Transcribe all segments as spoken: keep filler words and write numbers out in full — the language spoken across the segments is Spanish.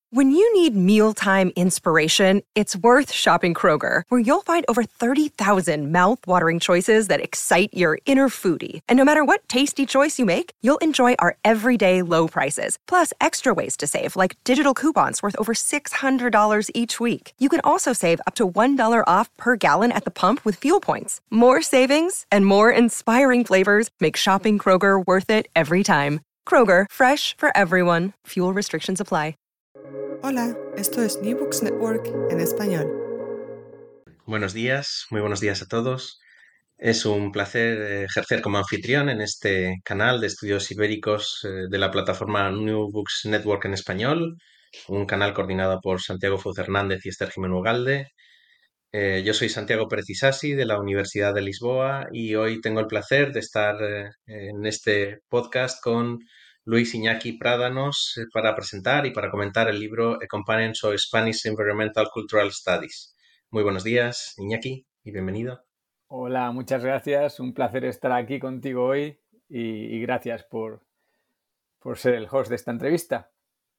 When you need mealtime inspiration, it's worth shopping Kroger, where you'll find over thirty thousand mouth-watering choices that excite your inner foodie. And no matter what tasty choice you make, you'll enjoy our everyday low prices, plus extra ways to save, like digital coupons worth over six hundred dollars each week. You can also save up to one dollar off per gallon at the pump with fuel points. More savings and more inspiring flavors make shopping Kroger worth it every time. Kroger, fresh for everyone. Fuel restrictions apply. Hola, esto es New Books Network en español. Buenos días, muy buenos días a todos. Es un placer ejercer como anfitrión en este canal de estudios ibéricos eh, de la plataforma New Books Network en español, un canal coordinado por Santiago Fouz Hernández y Esther Jimeno Ugalde. Eh, yo soy Santiago Pérez Isasi de la Universidad de Lisboa y hoy tengo el placer de estar eh, en este podcast con Luis Iñaki Prádanos eh, para presentar y para comentar el libro A Companion to Spanish Environmental Cultural Studies. Muy buenos días, Iñaki, y bienvenido. Hola, muchas gracias. Un placer estar aquí contigo hoy y, y gracias por, por ser el host de esta entrevista.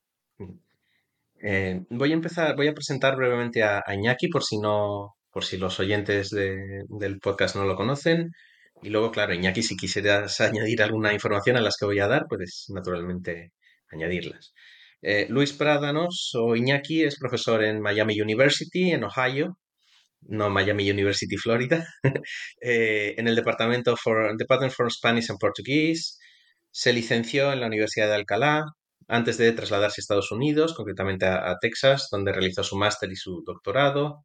Eh, voy a empezar, voy a presentar brevemente a, a Iñaki por si no, por si los oyentes de- del podcast no lo conocen. Y luego, claro, Iñaki, si quisieras añadir alguna información a las que voy a dar, puedes naturalmente añadirlas. Eh, Luis Prádanos o Iñaki es profesor en Miami University, en Ohio, no Miami University, Florida, eh, en el departamento for, Department for Spanish and Portuguese. Se licenció en la Universidad de Alcalá antes de trasladarse a Estados Unidos, concretamente a, a Texas, donde realizó su máster y su doctorado.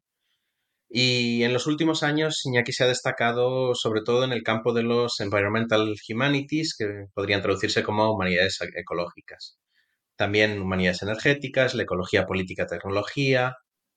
Y en los últimos años, Iñaki se ha destacado sobre todo en el campo de los Environmental Humanities, que podrían traducirse como humanidades ecológicas. También humanidades energéticas, la ecología política, tecnología.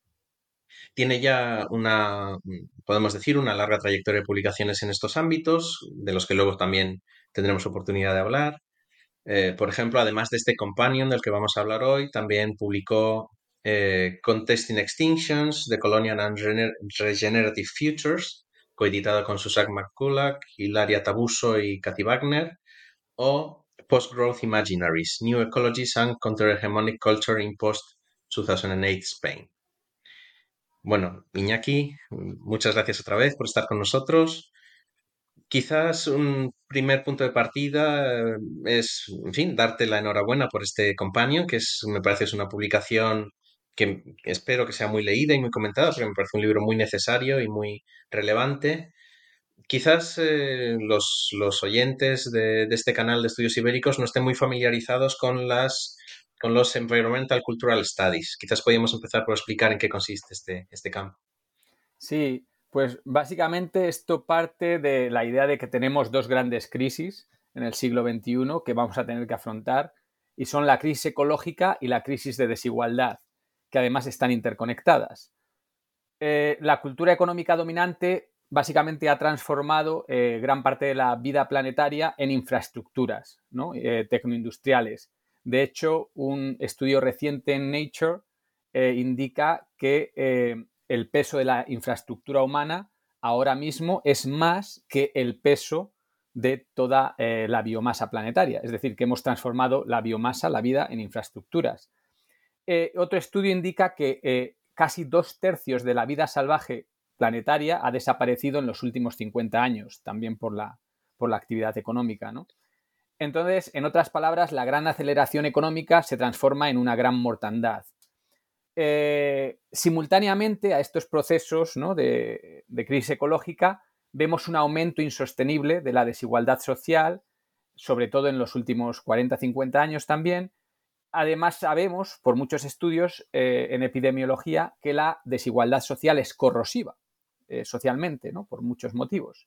Tiene ya una, podemos decir, una larga trayectoria de publicaciones en estos ámbitos, de los que luego también tendremos oportunidad de hablar. Eh, por ejemplo, además de este companion del que vamos a hablar hoy, también publicó eh, Contesting Extinctions, The Colonial and Regener- Regenerative Futures, coeditado con Susak McCulloch, Hilaria Tabuso y Cathy Wagner, o Post-Growth Imaginaries, New Ecologies and Counter-Hegemonic Culture in Post-dos mil ocho Spain. Bueno, Iñaki, muchas gracias otra vez por estar con nosotros. Quizás un primer punto de partida eh, es, en fin, darte la enhorabuena por este Companion, que es, me parece es una publicación que espero que sea muy leída y muy comentada, porque me parece un libro muy necesario y muy relevante. Quizás eh, los, los oyentes de, de este canal de estudios ibéricos no estén muy familiarizados con las, con los Environmental Cultural Studies. Quizás podríamos empezar por explicar en qué consiste este, este campo. Sí, pues básicamente esto parte de la idea de que tenemos dos grandes crisis en el siglo veintiuno que vamos a tener que afrontar y son la crisis ecológica y la crisis de desigualdad, que además están interconectadas. Eh, la cultura económica dominante básicamente ha transformado eh, gran parte de la vida planetaria en infraestructuras, ¿no? eh, tecnoindustriales. De hecho, un estudio reciente en Nature eh, indica que eh, el peso de la infraestructura humana ahora mismo es más que el peso de toda eh, la biomasa planetaria. Es decir, que hemos transformado la biomasa, la vida, en infraestructuras. Eh, otro estudio indica que eh, casi dos tercios de la vida salvaje planetaria ha desaparecido en los últimos cincuenta años, también por la, por la actividad económica, ¿no? Entonces, en otras palabras, la gran aceleración económica se transforma en una gran mortandad. Eh, simultáneamente a estos procesos, ¿no? de, de crisis ecológica, vemos un aumento insostenible de la desigualdad social, sobre todo en los últimos cuarenta a cincuenta años también. Además, sabemos, por muchos estudios eh, en epidemiología, que la desigualdad social es corrosiva eh, socialmente, ¿no? Por muchos motivos.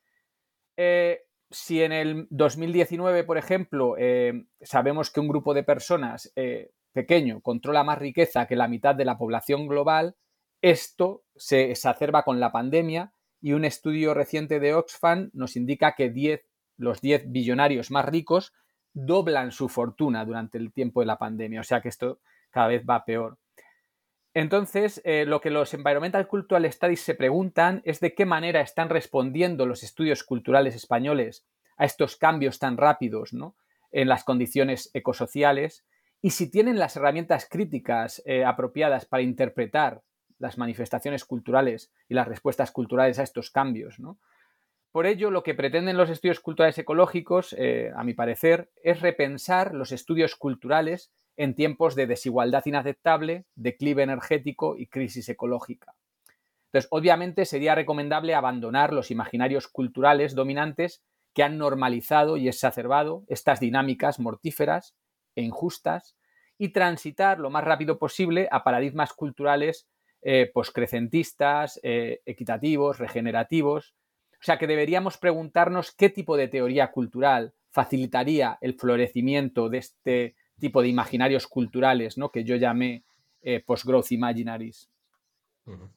Eh, si en el dos mil diecinueve, por ejemplo, eh, sabemos que un grupo de personas eh, pequeño controla más riqueza que la mitad de la población global, esto se exacerba con la pandemia y un estudio reciente de Oxfam nos indica que diez, los diez billonarios más ricos doblan su fortuna durante el tiempo de la pandemia, o sea que esto cada vez va peor. Entonces, eh, lo que los Environmental Cultural Studies se preguntan es de qué manera están respondiendo los estudios culturales españoles a estos cambios tan rápidos, ¿no? En las condiciones ecosociales y si tienen las herramientas críticas eh, apropiadas para interpretar las manifestaciones culturales y las respuestas culturales a estos cambios, ¿no? Por ello, lo que pretenden los estudios culturales ecológicos, eh, a mi parecer, es repensar los estudios culturales en tiempos de desigualdad inaceptable, declive energético y crisis ecológica. Entonces, obviamente sería recomendable abandonar los imaginarios culturales dominantes que han normalizado y exacerbado estas dinámicas mortíferas e injustas y transitar lo más rápido posible a paradigmas culturales eh, poscrecentistas, eh, equitativos, regenerativos. O sea que deberíamos preguntarnos qué tipo de teoría cultural facilitaría el florecimiento de este tipo de imaginarios culturales, ¿no? Que yo llamé eh, post-growth imaginaries. Ujú.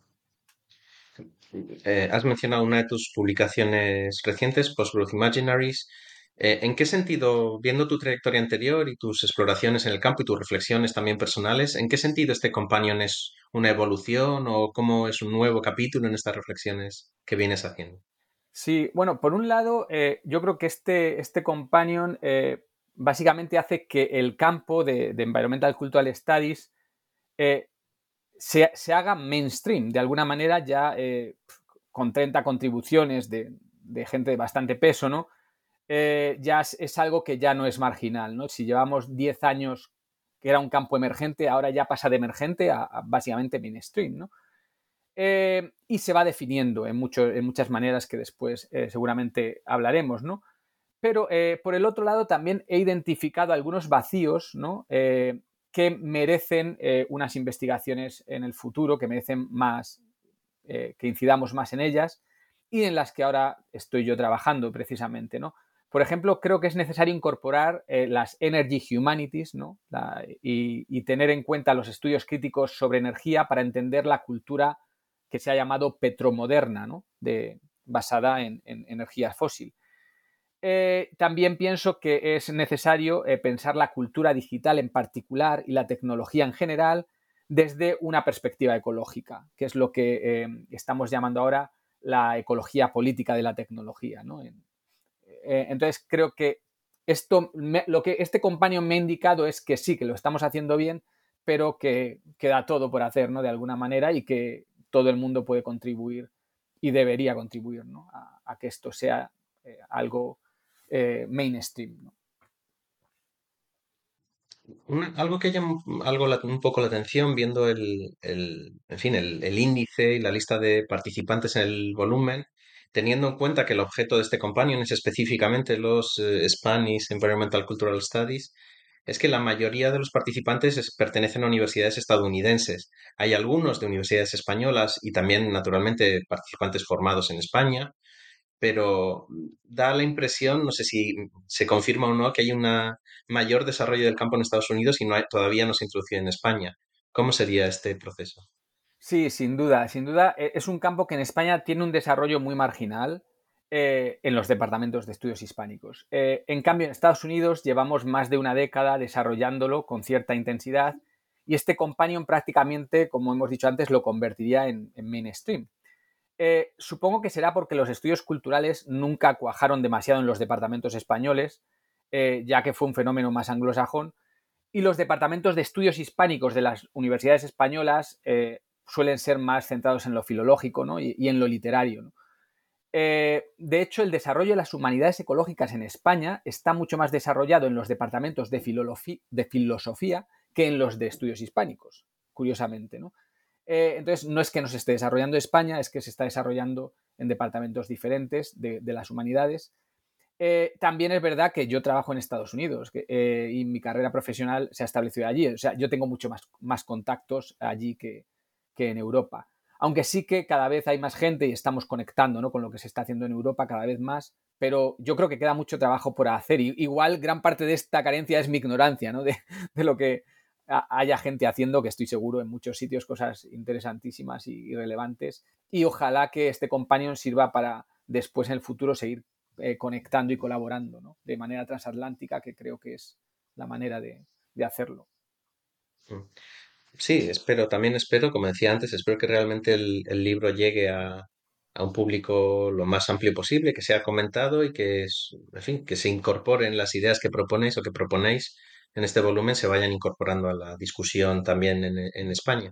Eh, has mencionado una de tus publicaciones recientes, Post-Growth Imaginaries. Eh, ¿en qué sentido, viendo tu trayectoria anterior y tus exploraciones en el campo y tus reflexiones también personales, en qué sentido este companion es una evolución o cómo es un nuevo capítulo en estas reflexiones que vienes haciendo? Sí, bueno, por un lado, eh, yo creo que este, este companion eh, básicamente hace que el campo de, de Environmental Cultural Studies eh, se, se, haga mainstream, de alguna manera ya eh, con treinta contribuciones de, de, gente de bastante peso, ¿no? Eh, ya es, es, algo que ya no es marginal, ¿no? Si llevamos diez años que era un campo emergente, ahora ya pasa de emergente a, a básicamente mainstream, ¿no? Eh, y se va definiendo en, mucho, en muchas maneras que después eh, seguramente hablaremos, ¿no? Pero eh, por el otro lado también he identificado algunos vacíos, ¿no? Eh, que merecen eh, unas investigaciones en el futuro, que merecen más, eh, que incidamos más en ellas y en las que ahora estoy yo trabajando precisamente, ¿no? Por ejemplo, creo que es necesario incorporar eh, las Energy Humanities, ¿no? La, y, y tener en cuenta los estudios críticos sobre energía para entender la cultura que se ha llamado petromoderna, ¿no? De, basada en, en energía fósil. Eh, también pienso que es necesario eh, pensar la cultura digital en particular y la tecnología en general desde una perspectiva ecológica, que es lo que eh, estamos llamando ahora la ecología política de la tecnología, ¿no? Eh, entonces creo que esto, me, lo que este companion me ha indicado es que sí, que lo estamos haciendo bien, pero que queda todo por hacer, ¿no? De alguna manera, y que todo el mundo puede contribuir y debería contribuir, ¿no? a, a que esto sea eh, algo eh, mainstream, ¿no? Una- algo que llama algo la- un poco la atención viendo el, el- en fin, el, el índice y la lista de participantes en el volumen, teniendo en cuenta que el objeto de este companion es específicamente los eh, Spanish Environmental Cultural Studies, es que la mayoría de los participantes es- pertenecen a universidades estadounidenses. Hay algunos de universidades españolas y también, naturalmente, participantes formados en España, pero da la impresión, no sé si se confirma o no, que hay un mayor desarrollo del campo en Estados Unidos y no hay- todavía no se ha introducido en España. ¿Cómo sería este proceso? Sí, sin duda, sin duda. eh, Es un campo que en España tiene un desarrollo muy marginal eh, en los departamentos de estudios hispánicos. Eh, en cambio, en Estados Unidos llevamos más de una década desarrollándolo con cierta intensidad y este companion prácticamente, como hemos dicho antes, lo convertiría en, en mainstream. Eh, supongo que será porque los estudios culturales nunca cuajaron demasiado en los departamentos españoles, eh, ya que fue un fenómeno más anglosajón, y los departamentos de estudios hispánicos de las universidades españolas eh, suelen ser más centrados en lo filológico, ¿no? y, y, en lo literario, ¿no? Eh, de hecho, el desarrollo de las humanidades ecológicas en España está mucho más desarrollado en los departamentos de, de filosofía que en los de estudios hispánicos, curiosamente, ¿no? Eh, entonces, no es que no se esté desarrollando en España, es que se está desarrollando en departamentos diferentes de, de las humanidades. Eh, también es verdad que yo trabajo en Estados Unidos que, eh, y mi carrera profesional se ha establecido allí. O sea, yo tengo mucho más, más contactos allí que, que en Europa. Aunque sí que cada vez hay más gente y estamos conectando, ¿no? Con lo que se está haciendo en Europa cada vez más, pero yo creo que queda mucho trabajo por hacer. Y, igual gran parte de esta carencia es mi ignorancia, ¿no? de, de lo que haya gente haciendo, que estoy seguro en muchos sitios, cosas interesantísimas y, y relevantes. Y ojalá que este companion sirva para después en el futuro seguir eh, conectando y colaborando, ¿no? De manera transatlántica, que creo que es la manera de, de hacerlo. Mm. Sí, espero, también espero, como decía antes, espero que realmente el, el libro llegue a, a un público lo más amplio posible, que sea comentado y que, es- en fin, que se incorporen las ideas que proponéis o que proponéis en este volumen se vayan incorporando a la discusión también en, en España.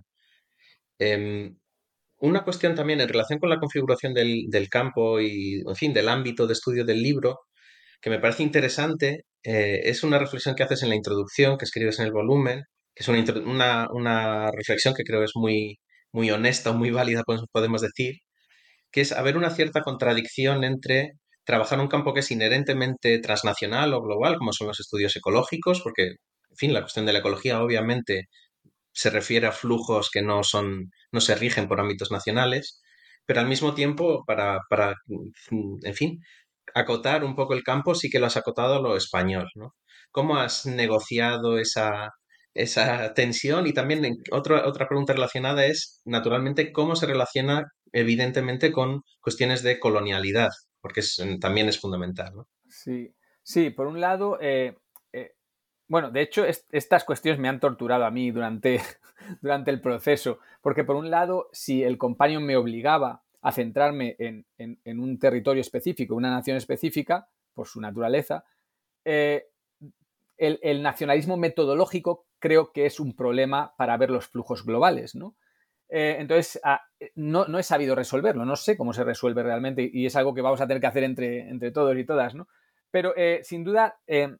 Em, una cuestión también en relación con la configuración del, del campo y, en fin, del ámbito de estudio del libro, que me parece interesante, eh, es una reflexión que haces en la introducción, que escribes en el volumen, que es una, intro- una, una reflexión que creo es muy, muy honesta o muy válida, pues, podemos decir, que es haber una cierta contradicción entre trabajar un campo que es inherentemente transnacional o global, como son los estudios ecológicos, porque, en fin, la cuestión de la ecología obviamente se refiere a flujos que no son, no se rigen por ámbitos nacionales, pero al mismo tiempo, para, para, en fin, acotar un poco el campo, sí que lo has acotado a lo español, ¿no? ¿Cómo has negociado esa, esa tensión? Y también en- otra, otra pregunta relacionada es, naturalmente, cómo se relaciona evidentemente con cuestiones de colonialidad, porque es- también es fundamental, ¿no? Sí, sí, por un lado, eh, eh, bueno, de hecho, est estas cuestiones me han torturado a mí durante, durante el proceso, porque por un lado, si el companion me obligaba a centrarme en, en, en un territorio específico, una nación específica, por su naturaleza, eh, el, el, nacionalismo metodológico creo que es un problema para ver los flujos globales, ¿no? Eh, entonces, ah, no, no, he sabido resolverlo, no sé cómo se resuelve realmente y es algo que vamos a tener que hacer entre, entre todos y todas, ¿no? Pero, eh, sin duda, eh,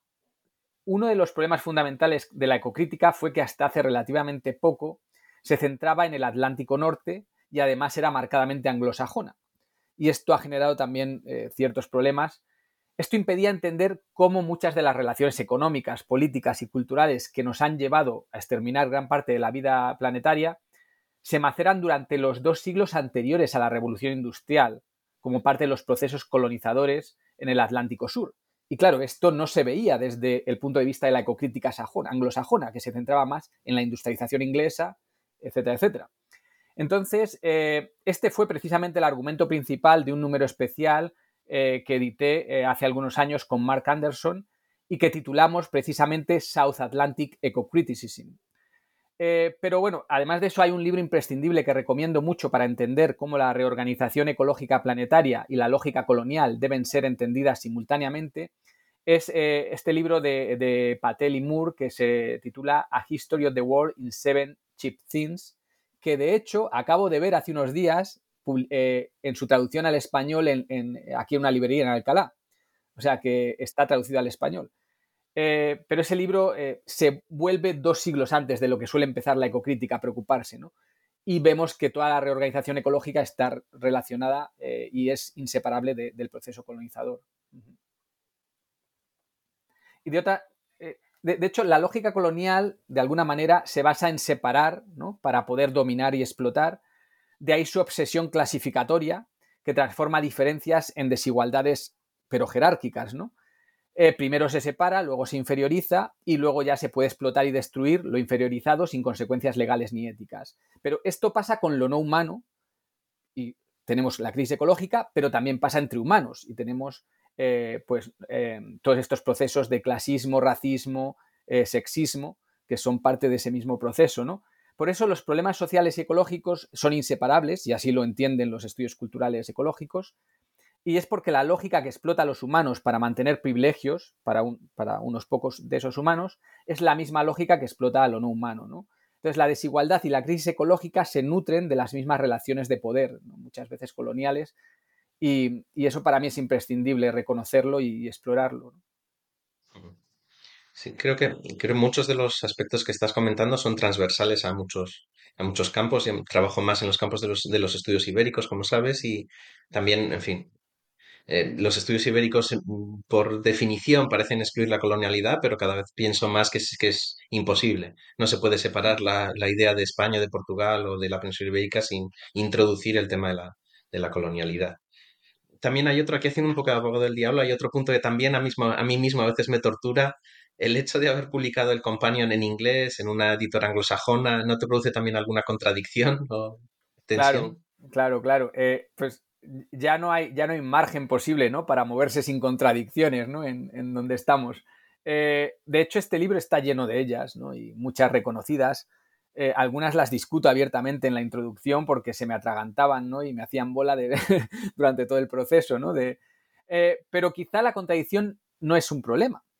uno de los problemas fundamentales de la ecocrítica fue que hasta hace relativamente poco se centraba en el Atlántico Norte y además era marcadamente anglosajona. Y esto ha generado también eh, ciertos problemas. Esto impedía entender cómo muchas de las relaciones económicas, políticas y culturales que nos han llevado a exterminar gran parte de la vida planetaria se maceran durante los dos siglos anteriores a la Revolución Industrial, como parte de los procesos colonizadores en el Atlántico Sur. Y claro, esto no se veía desde el punto de vista de la ecocrítica sajona, anglosajona, que se centraba más en la industrialización inglesa, etcétera, etcétera. Entonces, eh, este fue precisamente el argumento principal de un número especial eh, que edité eh, hace algunos años con Mark Anderson y que titulamos precisamente South Atlantic Ecocriticism. Eh, pero bueno, además de eso hay un libro imprescindible que recomiendo mucho para entender cómo la reorganización ecológica planetaria y la lógica colonial deben ser entendidas simultáneamente. Es eh, este libro de, de Patel y Moore que se titula A History of the World in Seven Cheap Things, que de hecho acabo de ver hace unos días eh, en su traducción al español en, en, aquí en una librería en Alcalá. O sea que está traducido al español. Eh, pero ese libro eh, se vuelve dos siglos antes de lo que suele empezar la ecocrítica a preocuparse, ¿no? Y vemos que toda la reorganización ecológica está relacionada eh, y es inseparable de, del proceso colonizador. Y de otra, eh, de, de, hecho, la lógica colonial, de alguna manera, se basa en separar, ¿no? Para poder dominar y explotar. De ahí su obsesión clasificatoria, que transforma diferencias en desigualdades, pero jerárquicas, ¿no? Eh, primero se separa, luego se inferioriza y luego ya se puede explotar y destruir lo inferiorizado sin consecuencias legales ni éticas. Pero esto pasa con lo no humano y tenemos la crisis ecológica, pero también pasa entre humanos y tenemos eh, pues, eh, todos estos procesos de clasismo, racismo, eh, sexismo, que son parte de ese mismo proceso, ¿no? Por eso los problemas sociales y ecológicos son inseparables, y así lo entienden los estudios culturales ecológicos, y es porque la lógica que explota a los humanos para mantener privilegios para, un, para unos pocos de esos humanos es la misma lógica que explota a lo no humano, ¿no? Entonces, la desigualdad y la crisis ecológica se nutren de las mismas relaciones de poder, ¿no? Muchas veces coloniales, y, y, eso para mí es imprescindible reconocerlo y, y explorarlo, ¿no? Sí, creo que, creo que muchos de los aspectos que estás comentando son transversales a muchos, a muchos campos. Yo trabajo más en los campos de los, de los estudios ibéricos, como sabes, y también, en fin, eh, los estudios ibéricos, eh, por definición, parecen excluir la colonialidad, pero cada vez pienso más que es, que es imposible. No se puede separar la, la idea de España, de Portugal o de la península ibérica sin introducir el tema de la, de la colonialidad. También hay otro, aquí haciendo un poco de abogado del diablo, hay otro punto que también a, mismo, a mí mismo a veces me tortura. El hecho de haber publicado el Companion en inglés, en una editora anglosajona, ¿no te produce también alguna contradicción o Claro, tensión? claro, claro. Eh, pues ya no hay, ya no hay margen posible, ¿no? Para moverse sin contradicciones, ¿no? En, en donde estamos. Eh, de hecho, este libro está lleno de ellas, ¿no? Y muchas reconocidas. Eh, algunas las discuto abiertamente en la introducción porque se me atragantaban, ¿no? Y me hacían bola de, durante todo el proceso, ¿no? De, eh, pero quizá la contradicción no es un problema.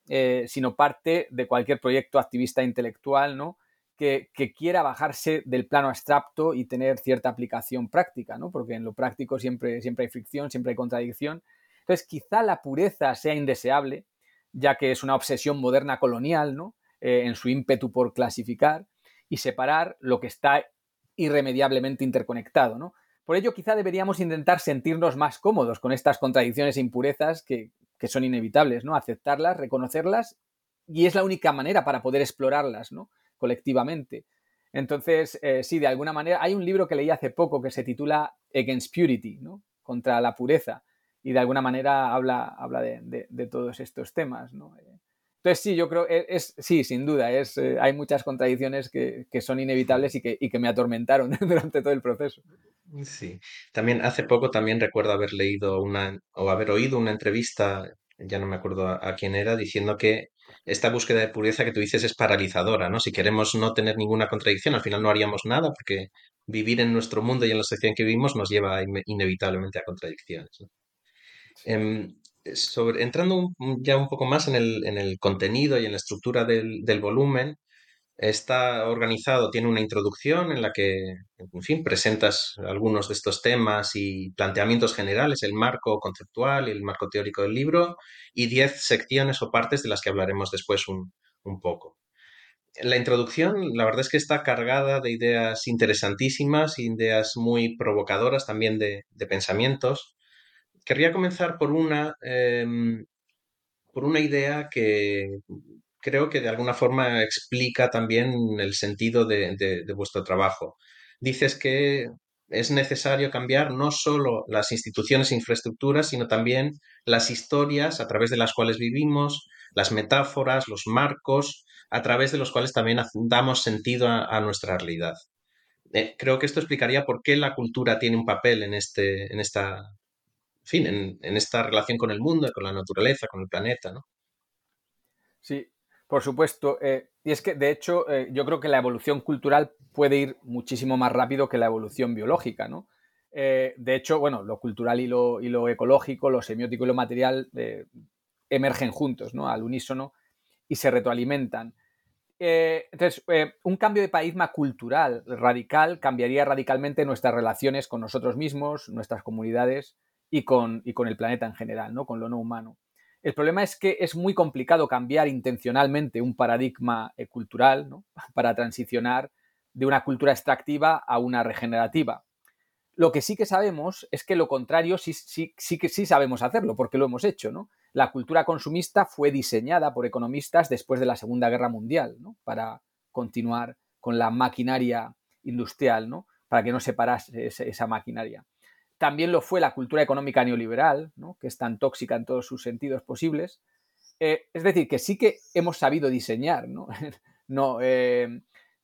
eh, sino parte de cualquier proyecto activista intelectual, ¿no? Que, que quiera bajarse del plano abstracto y tener cierta aplicación práctica, ¿no? Porque en lo práctico siempre, siempre hay fricción, siempre hay contradicción. Entonces, quizá la pureza sea indeseable, ya que es una obsesión moderna colonial, ¿no? Eh, en su ímpetu por clasificar y separar lo que está irremediablemente interconectado, ¿no? Por ello, quizá deberíamos intentar sentirnos más cómodos con estas contradicciones e impurezas que, que son inevitables, ¿no? Aceptarlas, reconocerlas, y es la única manera para poder explorarlas, ¿no? Colectivamente. Entonces, eh, sí, de alguna manera, hay un libro que leí hace poco que se titula Against Purity, ¿no? Contra la pureza, y de alguna manera habla, habla de, de, de todos estos temas, ¿no? Entonces, sí, yo creo, es, es sí, sin duda, es, eh, hay muchas contradicciones que, que son inevitables y que, y que me atormentaron durante todo el proceso. Sí, también hace poco también recuerdo haber leído una o haber oído una entrevista, ya no me acuerdo a, a quién era, diciendo que esta búsqueda de pureza que tú dices es paralizadora, ¿no? Si queremos no tener ninguna contradicción, al final no haríamos nada porque vivir en nuestro mundo y en la sociedad en que vivimos nos lleva ine- inevitablemente a contradicciones, ¿no? Sí. Em, sobre, entrando un- un- ya un poco más en el, en el contenido y en la estructura del, del volumen, está organizado, tiene una introducción en la que, en fin, presentas algunos de estos temas y planteamientos generales, el marco conceptual y el marco teórico del libro, y diez secciones o partes de las que hablaremos después un, un poco. La introducción, la verdad es que está cargada de ideas interesantísimas, ideas muy provocadoras también de, de pensamientos. Querría comenzar por una, em, por una idea que creo que de alguna forma explica también el sentido de, de- de vuestro trabajo. Dices que es necesario cambiar no solo las instituciones e infraestructuras, sino también las historias a través de las cuales vivimos, las metáforas, los marcos, a través de los cuales también haz- damos sentido a, a nuestra realidad. Eh, creo que esto explicaría por qué la cultura tiene un papel en este, en esta, en fin, en, en esta relación con el mundo, con la naturaleza, con el planeta, ¿no? Sí, por supuesto. Eh, y es que, de hecho, eh, yo creo que la evolución cultural puede ir muchísimo más rápido que la evolución biológica, ¿no? Eh, de hecho, bueno, lo cultural y lo, y lo ecológico, lo semiótico y lo material eh, emergen juntos, ¿no? Al unísono y se retroalimentan. Eh, entonces, eh, un cambio de paradigma cultural radical cambiaría radicalmente nuestras relaciones con nosotros mismos, nuestras comunidades y con, y con el planeta en general, ¿no? Con lo no humano. El problema es que es muy complicado cambiar intencionalmente un paradigma eh, cultural, ¿no? Para transicionar de una cultura extractiva a una regenerativa. Lo que sí que sabemos es que lo contrario sí, sí, sí que sí sabemos hacerlo, porque lo hemos hecho, ¿no? La cultura consumista fue diseñada por economistas después de la Segunda Guerra Mundial, ¿no? Para continuar con la maquinaria industrial, ¿no? Para que no se parase esa maquinaria. También lo fue la cultura económica neoliberal, ¿no? Que es tan tóxica en todos sus sentidos posibles. Eh, es decir, que sí que hemos sabido diseñar, ¿no? no eh,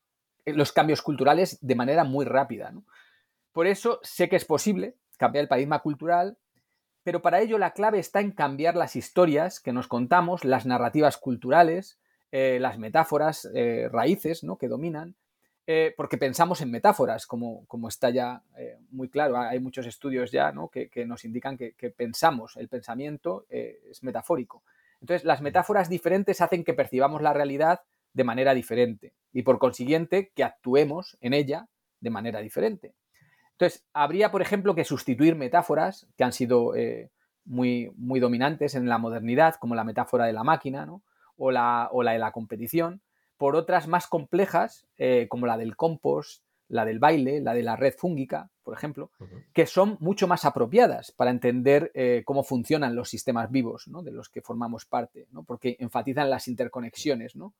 los cambios culturales de manera muy rápida, ¿no? Por eso sé que es posible cambiar el paradigma cultural, pero para ello la clave está en cambiar las historias que nos contamos, las narrativas culturales, eh, las metáforas, eh, raíces, ¿no? Que dominan, eh, porque pensamos en metáforas, como, como está ya eh, muy claro. Hay muchos estudios ya, ¿no? que, que, nos indican que, que, pensamos, el pensamiento eh, es metafórico. Entonces, las metáforas diferentes hacen que percibamos la realidad de manera diferente y, por consiguiente, que actuemos en ella de manera diferente. Entonces, habría, por ejemplo, que sustituir metáforas que han sido eh, muy, muy dominantes en la modernidad, como la metáfora de la máquina, ¿no? o, la, o la de la competición, por otras más complejas, eh, como la del compost, la del baile, la de la red fúngica, por ejemplo, Ujú. que son mucho más apropiadas para entender eh, cómo funcionan los sistemas vivos, ¿no? De los que formamos parte, ¿no? Porque enfatizan las interconexiones, ¿no?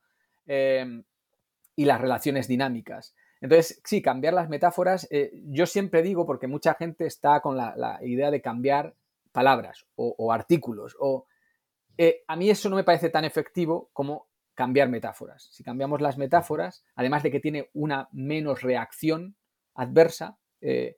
Eh, y las relaciones dinámicas. Entonces, sí, cambiar las metáforas, eh, yo siempre digo, porque mucha gente está con la, la idea de cambiar palabras o, o artículos, o eh, a mí eso no me parece tan efectivo como cambiar metáforas. Si cambiamos las metáforas, además de que tiene una menos reacción adversa, eh,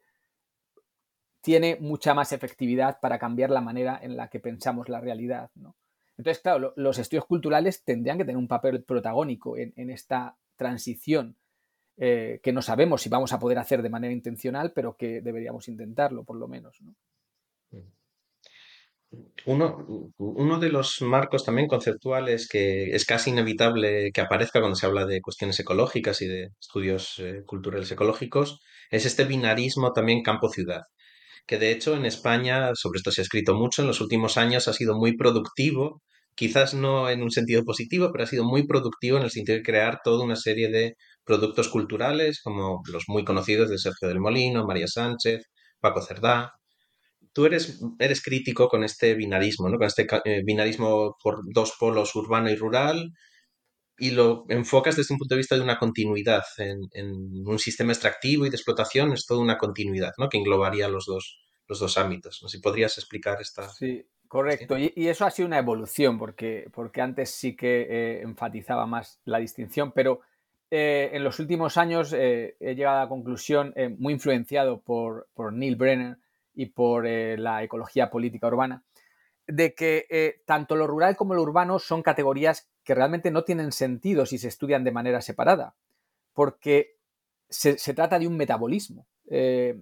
tiene mucha más efectividad para cambiar la manera en la que pensamos la realidad, ¿no? Entonces, claro, lo, los estudios culturales tendrían que tener un papel protagónico en, en esta transición eh, que no sabemos si vamos a poder hacer de manera intencional, pero que deberíamos intentarlo, por lo menos, ¿no? Uno, uno de los marcos también conceptuales que es casi inevitable que aparezca cuando se habla de cuestiones ecológicas y de estudios eh, culturales ecológicos es este binarismo también campo-ciudad, que de hecho en España, sobre esto se ha escrito mucho, en los últimos años ha sido muy productivo, quizás no en un sentido positivo, pero ha sido muy productivo en el sentido de crear toda una serie de productos culturales, como los muy conocidos de Sergio del Molino, María Sánchez, Paco Cerdá. Tú eres, eres crítico con este binarismo, ¿no? Con este ca- eh, binarismo por dos polos, urbano y rural, y lo enfocas desde un punto de vista de una continuidad. En, en un sistema extractivo y de explotación es toda una continuidad, ¿no? Que englobaría los dos, los dos ámbitos. No sé si podrías explicar esta Sí, cuestión. correcto. Y, y eso ha sido una evolución, porque, porque antes sí que eh, enfatizaba más la distinción, pero eh, en los últimos años eh, he llegado a la conclusión, eh, muy influenciado por, por Neil Brenner y por eh, la ecología política urbana, de que eh, tanto lo rural como lo urbano son categorías que realmente no tienen sentido si se estudian de manera separada, porque se, se trata de un metabolismo. Eh,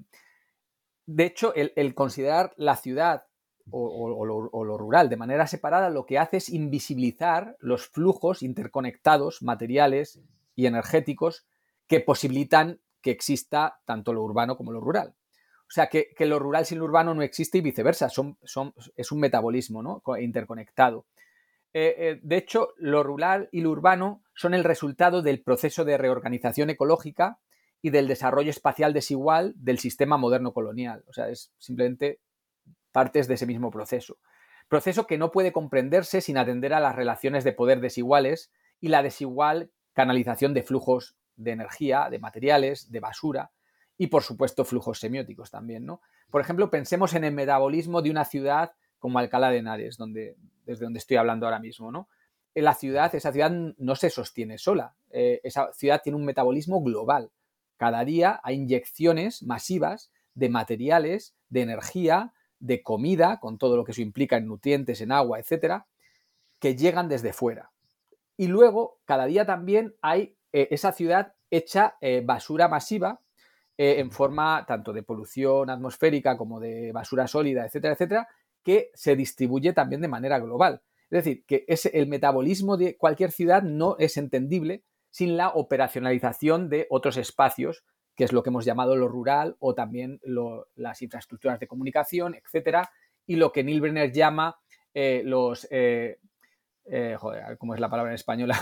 de hecho, el, el considerar la ciudad o, o, o, lo, o, lo, rural de manera separada lo que hace es invisibilizar los flujos interconectados, materiales y energéticos que posibilitan que exista tanto lo urbano como lo rural. O sea, que, que lo rural sin lo urbano no existe y viceversa, son, son, es un metabolismo, ¿no? Interconectado. Eh, eh, de hecho, lo rural y lo urbano son el resultado del proceso de reorganización ecológica y del desarrollo espacial desigual del sistema moderno colonial. O sea, es simplemente partes de ese mismo proceso. Proceso que no puede comprenderse sin atender a las relaciones de poder desiguales y la desigual canalización de flujos de energía, de materiales, de basura y, por supuesto, flujos semióticos también, ¿no? Por ejemplo, pensemos en el metabolismo de una ciudad como Alcalá de Henares, donde, desde donde estoy hablando ahora mismo, ¿no? En la ciudad, esa ciudad no se sostiene sola. Eh, esa ciudad tiene un metabolismo global. Cada día hay inyecciones masivas de materiales, de energía, de comida, con todo lo que eso implica en nutrientes, en agua, etcétera, que llegan desde fuera. Y luego, cada día también hay eh, esa ciudad hecha eh, basura masiva eh, en forma tanto de polución atmosférica como de basura sólida, etcétera, etcétera, que se distribuye también de manera global. Es decir, que ese, el metabolismo de cualquier ciudad no es entendible sin la operacionalización de otros espacios, que es lo que hemos llamado lo rural o también lo, las infraestructuras de comunicación, etcétera, y lo que Neil Brenner llama eh, los... Eh, eh, joder, ¿cómo es la palabra en español?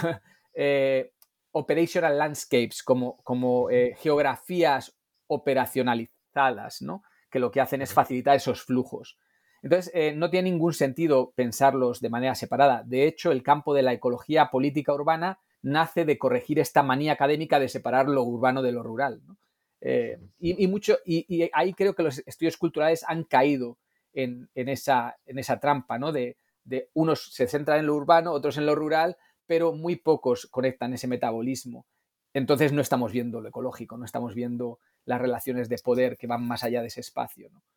eh, operational landscapes, como, como eh, geografías operacionalizadas, ¿no? Que lo que hacen es facilitar esos flujos. Entonces, eh, no tiene ningún sentido pensarlos de manera separada. De hecho, el campo de la ecología política urbana nace de corregir esta manía académica de separar lo urbano de lo rural, ¿no? Eh, y, y, mucho, y, y, ahí creo que los estudios culturales han caído en, en, esa, en esa trampa, ¿no? De, de unos se centran en lo urbano, otros en lo rural, pero muy pocos conectan ese metabolismo. Entonces no estamos viendo lo ecológico, no estamos viendo las relaciones de poder que van más allá de ese espacio, ¿no?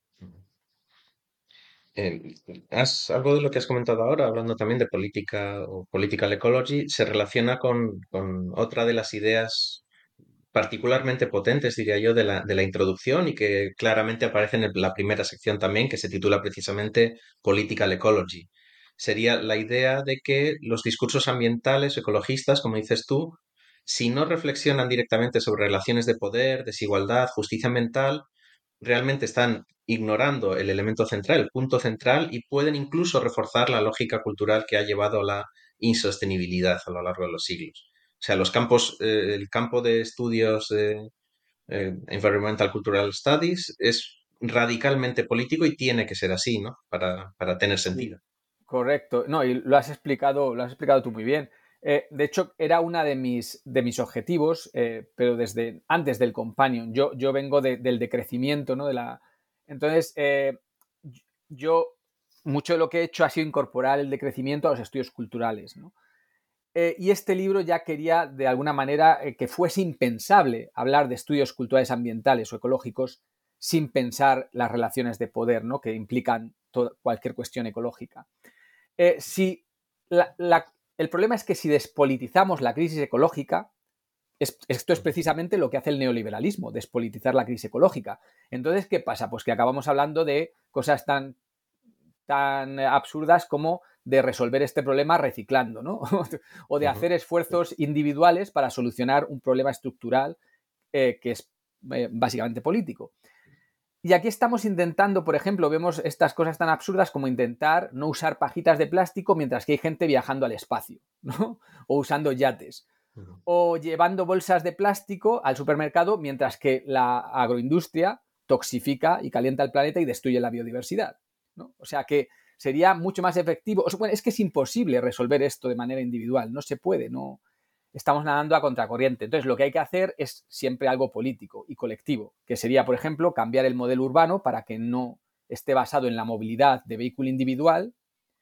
Eh, has- algo de lo que has comentado ahora, hablando también de política o political ecology, se relaciona con, con otra de las ideas particularmente potentes, diría yo, de la, de la introducción y que claramente aparece en el- la primera sección también, que se titula precisamente Political Ecology. Sería la idea de que los discursos ambientales, ecologistas, como dices tú, si no reflexionan directamente sobre relaciones de poder, desigualdad, justicia ambiental, realmente están ignorando el elemento central, el punto central, y pueden incluso reforzar la lógica cultural que ha llevado a la insostenibilidad a lo largo de los siglos. O sea, los campos, eh, el campo de estudios de eh, Environmental Cultural Studies es radicalmente político y tiene que ser así, ¿no? Para, para tener Sí, sentido. correcto. No, y lo has explicado, lo has explicado tú muy bien. Eh, de hecho, era una de mis, de mis objetivos, eh, pero desde antes del Companion. Yo, yo vengo de, del decrecimiento, ¿no? De la... Entonces, eh, yo, mucho de lo que he hecho ha sido incorporar el decrecimiento a los estudios culturales, ¿no? Eh, y este libro ya quería, de alguna manera, eh, que fuese impensable hablar de estudios culturales ambientales o ecológicos sin pensar las relaciones de poder, ¿no? Que implican toda, cualquier cuestión ecológica. Eh, si la, la, el problema es que si despolitizamos la crisis ecológica, es, esto es precisamente lo que hace el neoliberalismo, despolitizar la crisis ecológica. Entonces, ¿qué pasa? Pues que acabamos hablando de cosas tan tan absurdas como de resolver este problema reciclando, ¿no? O de hacer esfuerzos individuales para solucionar un problema estructural eh, que es eh, básicamente político. Y aquí estamos intentando, por ejemplo, vemos estas cosas tan absurdas como intentar no usar pajitas de plástico mientras que hay gente viajando al espacio, ¿no? O usando yates. O llevando bolsas de plástico al supermercado mientras que la agroindustria toxifica y calienta el planeta y destruye la biodiversidad, ¿no? O sea que sería mucho más efectivo. O sea, bueno, es que es imposible resolver esto de manera individual, no se puede, no. Estamos nadando a contracorriente. Entonces, lo que hay que hacer es siempre algo político y colectivo, que sería, por ejemplo, cambiar el modelo urbano para que no esté basado en la movilidad de vehículo individual,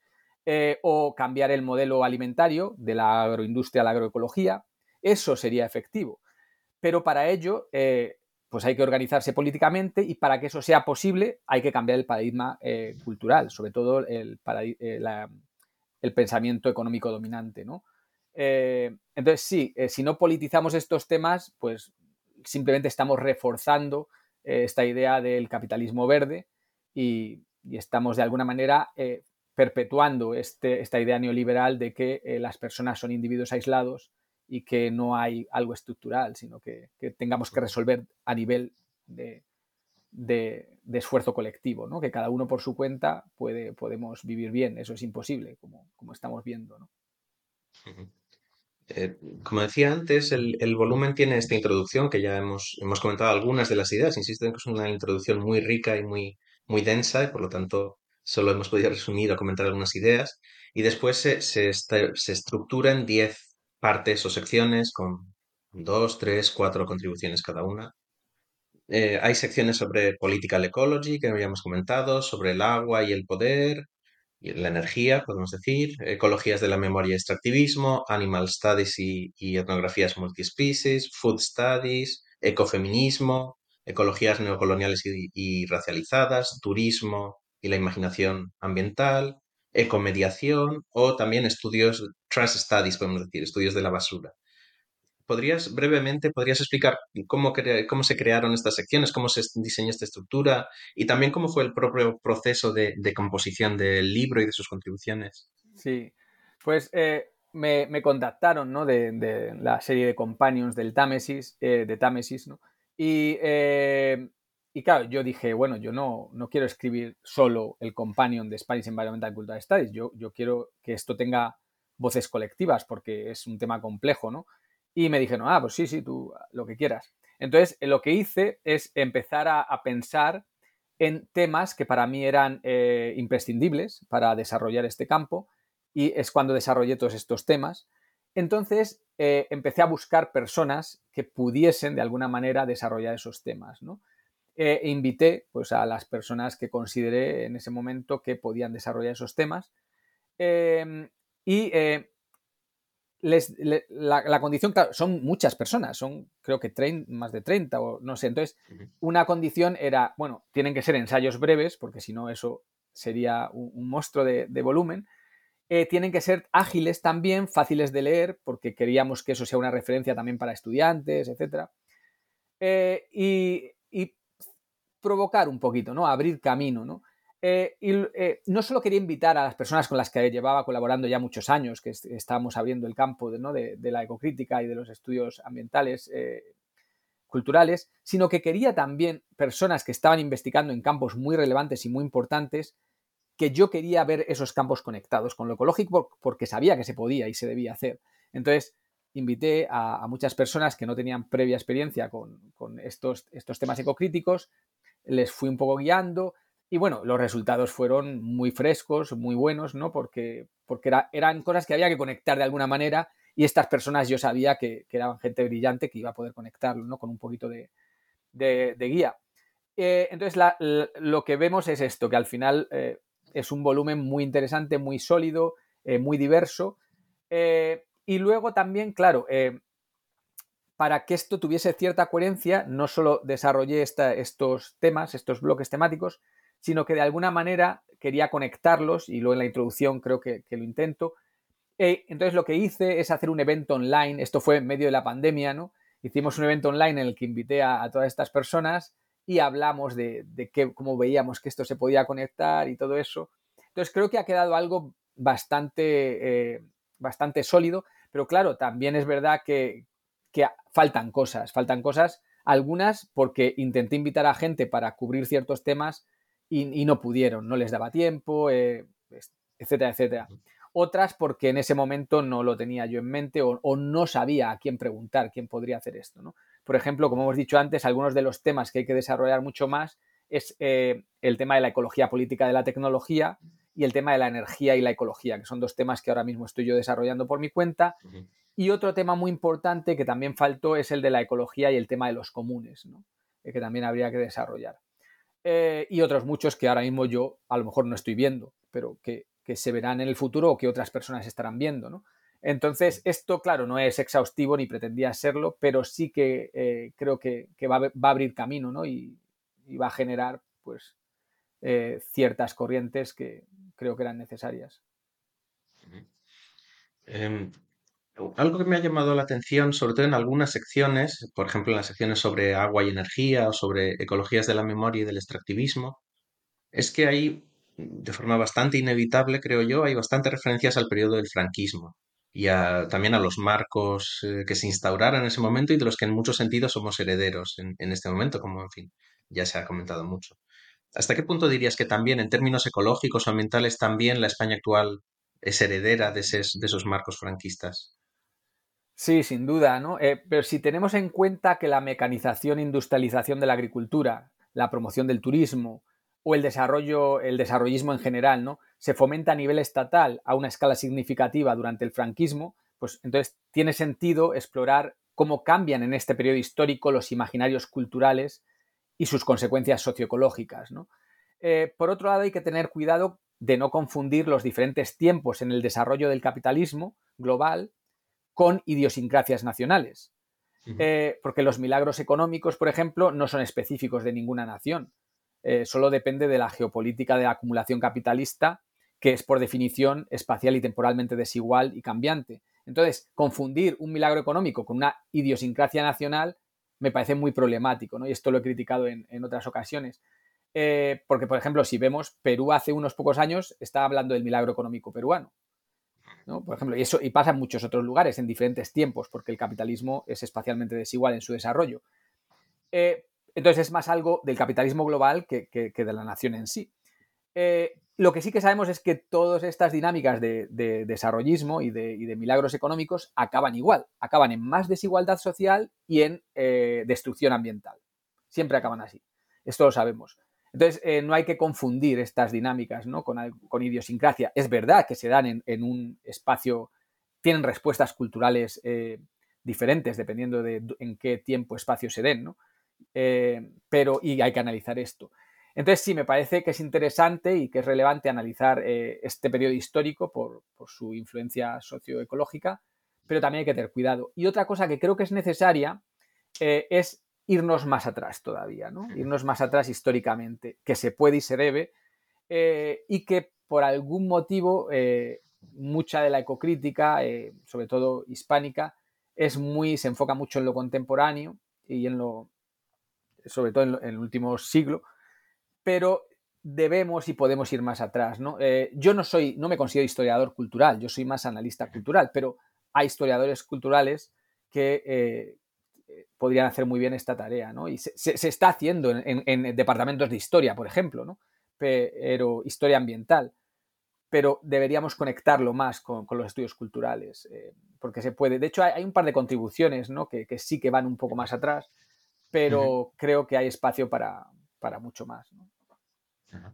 eh, o cambiar el modelo alimentario de la agroindustria a la agroecología. Eso sería efectivo. Pero para ello, eh, pues hay que organizarse políticamente, y para que eso sea posible hay que cambiar el paradigma eh, cultural, sobre todo el, eh, la, el pensamiento económico dominante, ¿no? Eh, entonces, sí, eh, si no politizamos estos temas, pues simplemente estamos reforzando eh, esta idea del capitalismo verde y, y estamos de alguna manera eh, perpetuando este, esta idea neoliberal de que eh, las personas son individuos aislados y que no hay algo estructural, sino que, que tengamos que resolver a nivel de, de, de esfuerzo colectivo, ¿no? Que cada uno por su cuenta puede, podemos vivir bien. Eso es imposible, como, como estamos viendo, ¿no? Ujú. Eh, como decía antes, el, el volumen tiene esta introducción que ya hemos, hemos comentado algunas de las ideas. Insisto en que es una introducción muy rica y muy, muy densa, y por lo tanto solo hemos podido resumir o comentar algunas ideas. Y después se, se, esta- se estructura en diez partes o secciones con dos, tres, cuatro contribuciones cada una. Eh, hay secciones sobre political ecology, que habíamos comentado, sobre el agua y el poder, y la energía, podemos decir, ecologías de la memoria y extractivismo, animal studies y, y etnografías multispecies, food studies, ecofeminismo, ecologías neocoloniales y, y racializadas, turismo y la imaginación ambiental, ecomediación, o también estudios, trash studies, podemos decir, estudios de la basura. ¿Podrías, brevemente, podrías explicar cómo, cre- cómo se crearon estas secciones, cómo se diseñó esta estructura y también cómo fue el propio proceso de, de composición del libro y de sus contribuciones? Sí, pues eh, me, me contactaron, ¿no? de, de la serie de Companions del Támesis, eh, de Támesis, ¿no? Y, eh, y claro, yo dije, bueno, yo no, no quiero escribir solo el Companion de Spanish Environmental Cultural Studies, yo, yo quiero que esto tenga voces colectivas porque es un tema complejo, ¿no? Y me dijeron, ah, pues sí, sí, tú lo que quieras. Entonces, eh, lo que hice es empezar a, a pensar en temas que para mí eran eh, imprescindibles para desarrollar este campo, y es cuando desarrollé todos estos temas. Entonces eh, empecé a buscar personas que pudiesen de alguna manera desarrollar esos temas, ¿no? Eh, e invité pues, a las personas que consideré en ese momento que podían desarrollar esos temas. Eh, y eh, les, le, la, la, condición, claro, son muchas personas, son creo que treinta, más de treinta o no sé. Entonces, una condición era, bueno, tienen que ser ensayos breves, porque si no eso sería un, un monstruo de, de volumen. Eh, tienen que ser ágiles también, fáciles de leer, porque queríamos que eso sea una referencia también para estudiantes, etcétera. Eh, y, y provocar un poquito, ¿no? Abrir camino, ¿no? Eh, y eh, no solo quería invitar a las personas con las que llevaba colaborando ya muchos años, que est estábamos abriendo el campo de, ¿no? de, de la ecocrítica y de los estudios ambientales eh, culturales, sino que quería también personas que estaban investigando en campos muy relevantes y muy importantes, que yo quería ver esos campos conectados con lo ecológico porque sabía que se podía y se debía hacer. Entonces, invité a, a muchas personas que no tenían previa experiencia con, con estos, estos temas ecocríticos, les fui un poco guiando y bueno, los resultados fueron muy frescos, muy buenos, ¿no? Porque, porque era, eran cosas que había que conectar de alguna manera, y estas personas yo sabía que, que eran gente brillante que iba a poder conectarlo, ¿no? Con un poquito de, de, de guía. Eh, entonces, la, la, lo que vemos es esto, que al final eh, es un volumen muy interesante, muy sólido, eh, muy diverso. Eh, y luego también, claro, eh, para que esto tuviese cierta coherencia, no solo desarrollé esta, estos temas, estos bloques temáticos, sino que de alguna manera quería conectarlos, y luego en la introducción creo que, que lo intento. Eh, entonces lo que hice es hacer un evento online, esto fue en medio de la pandemia, ¿no? Hicimos un evento online en el que invité a, a todas estas personas y hablamos de, de qué, cómo veíamos que esto se podía conectar y todo eso. Entonces creo que ha quedado algo bastante, eh, bastante sólido, pero claro, también es verdad que, que faltan cosas, faltan cosas, algunas porque intenté invitar a gente para cubrir ciertos temas y, y no pudieron, no les daba tiempo, eh, etcétera, etcétera. Otras porque en ese momento no lo tenía yo en mente o, o no sabía a quién preguntar, quién podría hacer esto, ¿no? Por ejemplo, como hemos dicho antes, algunos de los temas que hay que desarrollar mucho más es eh, el tema de la ecología política de la tecnología y el tema de la energía y la ecología, que son dos temas que ahora mismo estoy yo desarrollando por mi cuenta. Uh-huh. Y otro tema muy importante que también faltó es el de la ecología y el tema de los comunes, ¿no? Eh, que también habría que desarrollar. Eh, y otros muchos que ahora mismo yo a lo mejor no estoy viendo, pero que, que se verán en el futuro o que otras personas estarán viendo, ¿no? Entonces, esto, claro, no es exhaustivo ni pretendía serlo, pero sí que eh, creo que, que va, a, va a abrir camino, ¿no? Y, y va a generar, pues, eh, ciertas corrientes que creo que eran necesarias. Eh, algo que me ha llamado la atención, sobre todo en algunas secciones, por ejemplo, en las secciones sobre agua y energía o sobre ecologías de la memoria y del extractivismo, es que hay, de forma bastante inevitable, creo yo, hay bastantes referencias al periodo del franquismo y a, también a los marcos eh, que se instauraron en ese momento y de los que en muchos sentidos somos herederos en, en este momento, como en fin, ya se ha comentado mucho. ¿Hasta qué punto dirías que también en términos ecológicos o ambientales también la España actual es heredera de, esos, de esos marcos franquistas? Sí, sin duda, ¿no? Eh, pero si tenemos en cuenta que la mecanización e industrialización de la agricultura, la promoción del turismo o el desarrollo, el desarrollismo en general, ¿no? Se fomenta a nivel estatal a una escala significativa durante el franquismo, pues entonces tiene sentido explorar cómo cambian en este periodo histórico los imaginarios culturales y sus consecuencias socioecológicas, ¿no? Eh, por otro lado, hay que tener cuidado de no confundir los diferentes tiempos en el desarrollo del capitalismo global con idiosincrasias nacionales. Uh-huh. Eh, porque los milagros económicos, por ejemplo, no son específicos de ninguna nación. Eh, solo depende de la geopolítica de la acumulación capitalista, que es por definición espacial y temporalmente desigual y cambiante. Entonces, confundir un milagro económico con una idiosincrasia nacional me parece muy problemático, ¿no? Y esto lo he criticado en, en otras ocasiones. Eh, porque, por ejemplo, si vemos, Perú hace unos pocos años estaba hablando del milagro económico peruano, ¿no? Por ejemplo, y eso y pasa en muchos otros lugares, en diferentes tiempos, porque el capitalismo es espacialmente desigual en su desarrollo. Eh, entonces es más algo del capitalismo global que, que, que de la nación en sí. Eh, lo que sí que sabemos es que todas estas dinámicas de, de desarrollismo y de, y de milagros económicos acaban igual, acaban en más desigualdad social y en eh, destrucción ambiental. Siempre acaban así. Esto lo sabemos. Entonces, eh, no hay que confundir estas dinámicas, ¿no? con, con idiosincrasia. Es verdad que se dan en, en un espacio, tienen respuestas culturales eh, diferentes dependiendo de en qué tiempo, espacio se den, ¿no? Eh, pero, y hay que analizar esto. Entonces, sí, me parece que es interesante y que es relevante analizar eh, este periodo histórico por, por su influencia socioecológica, pero también hay que tener cuidado. Y otra cosa que creo que es necesaria eh, es irnos más atrás todavía, ¿no? Irnos más atrás históricamente, que se puede y se debe, eh, y que por algún motivo eh, mucha de la ecocrítica, eh, sobre todo hispánica, es muy, se enfoca mucho en lo contemporáneo y en lo, sobre todo en, lo, en el último siglo, pero debemos y podemos ir más atrás, ¿no? Eh, yo no soy, no me considero historiador cultural, yo soy más analista cultural, pero hay historiadores culturales que eh, podrían hacer muy bien esta tarea, ¿no? Y se, se, se está haciendo en, en, en departamentos de historia, por ejemplo, ¿no? Pero historia ambiental, pero deberíamos conectarlo más con, con los estudios culturales, eh, porque se puede. De hecho, hay, hay un par de contribuciones, ¿no? que, que sí que van un poco más atrás, pero uh-huh. creo que hay espacio para, para mucho más, ¿no? Uh-huh.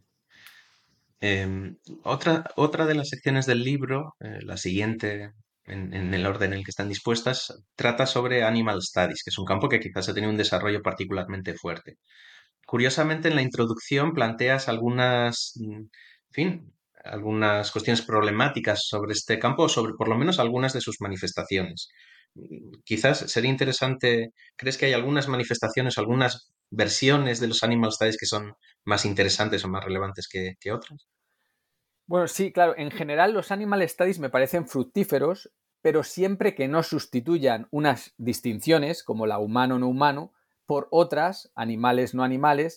Eh, otra, otra de las secciones del libro, eh, la siguiente en, en el orden en el que están dispuestas, trata sobre Animal Studies, que es un campo que quizás ha tenido un desarrollo particularmente fuerte. Curiosamente, en la introducción planteas algunas, en fin, algunas cuestiones problemáticas sobre este campo, o sobre por lo menos algunas de sus manifestaciones. Quizás sería interesante, ¿crees que hay algunas manifestaciones, algunas versiones de los Animal Studies que son más interesantes o más relevantes que, que otras? Bueno, sí, claro. En general, los Animal Studies me parecen fructíferos, pero siempre que no sustituyan unas distinciones, como la humano-no humano, por otras, animales-no animales,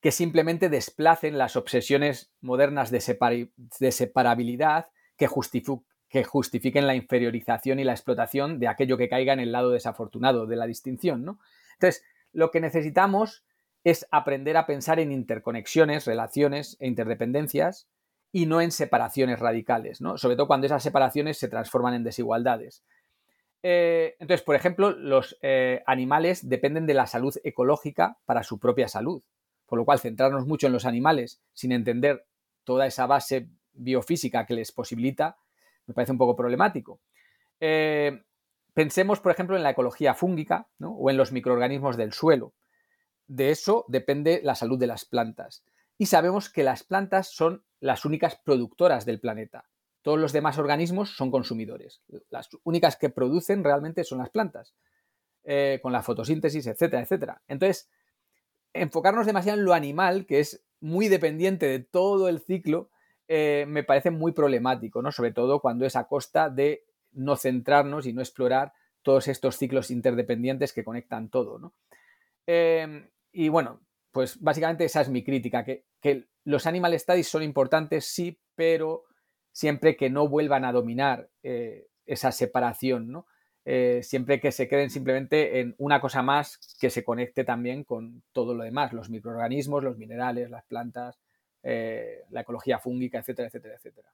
que simplemente desplacen las obsesiones modernas de, separ- de separabilidad que, justific- que justifiquen la inferiorización y la explotación de aquello que caiga en el lado desafortunado de la distinción, ¿no? Entonces, lo que necesitamos es aprender a pensar en interconexiones, relaciones e interdependencias y no en separaciones radicales, ¿no? Sobre todo cuando esas separaciones se transforman en desigualdades. Eh, entonces, por ejemplo, los eh, animales dependen de la salud ecológica para su propia salud, por lo cual centrarnos mucho en los animales sin entender toda esa base biofísica que les posibilita me parece un poco problemático. Eh, pensemos, por ejemplo, en la ecología fúngica, ¿no? O en los microorganismos del suelo. De eso depende la salud de las plantas. Y sabemos que las plantas son las únicas productoras del planeta. Todos los demás organismos son consumidores. Las únicas que producen realmente son las plantas, eh, con la fotosíntesis, etcétera, etcétera. Entonces, enfocarnos demasiado en lo animal, que es muy dependiente de todo el ciclo, eh, me parece muy problemático, ¿no? Sobre todo cuando es a costa de no centrarnos y no explorar todos estos ciclos interdependientes que conectan todo, ¿no? Eh, y bueno, pues básicamente esa es mi crítica, que, que los animal studies son importantes, sí, pero siempre que no vuelvan a dominar eh, esa separación, ¿no? Eh, siempre que se queden simplemente en una cosa más que se conecte también con todo lo demás, los microorganismos, los minerales, las plantas, eh, la ecología fúngica, etcétera, etcétera, etcétera.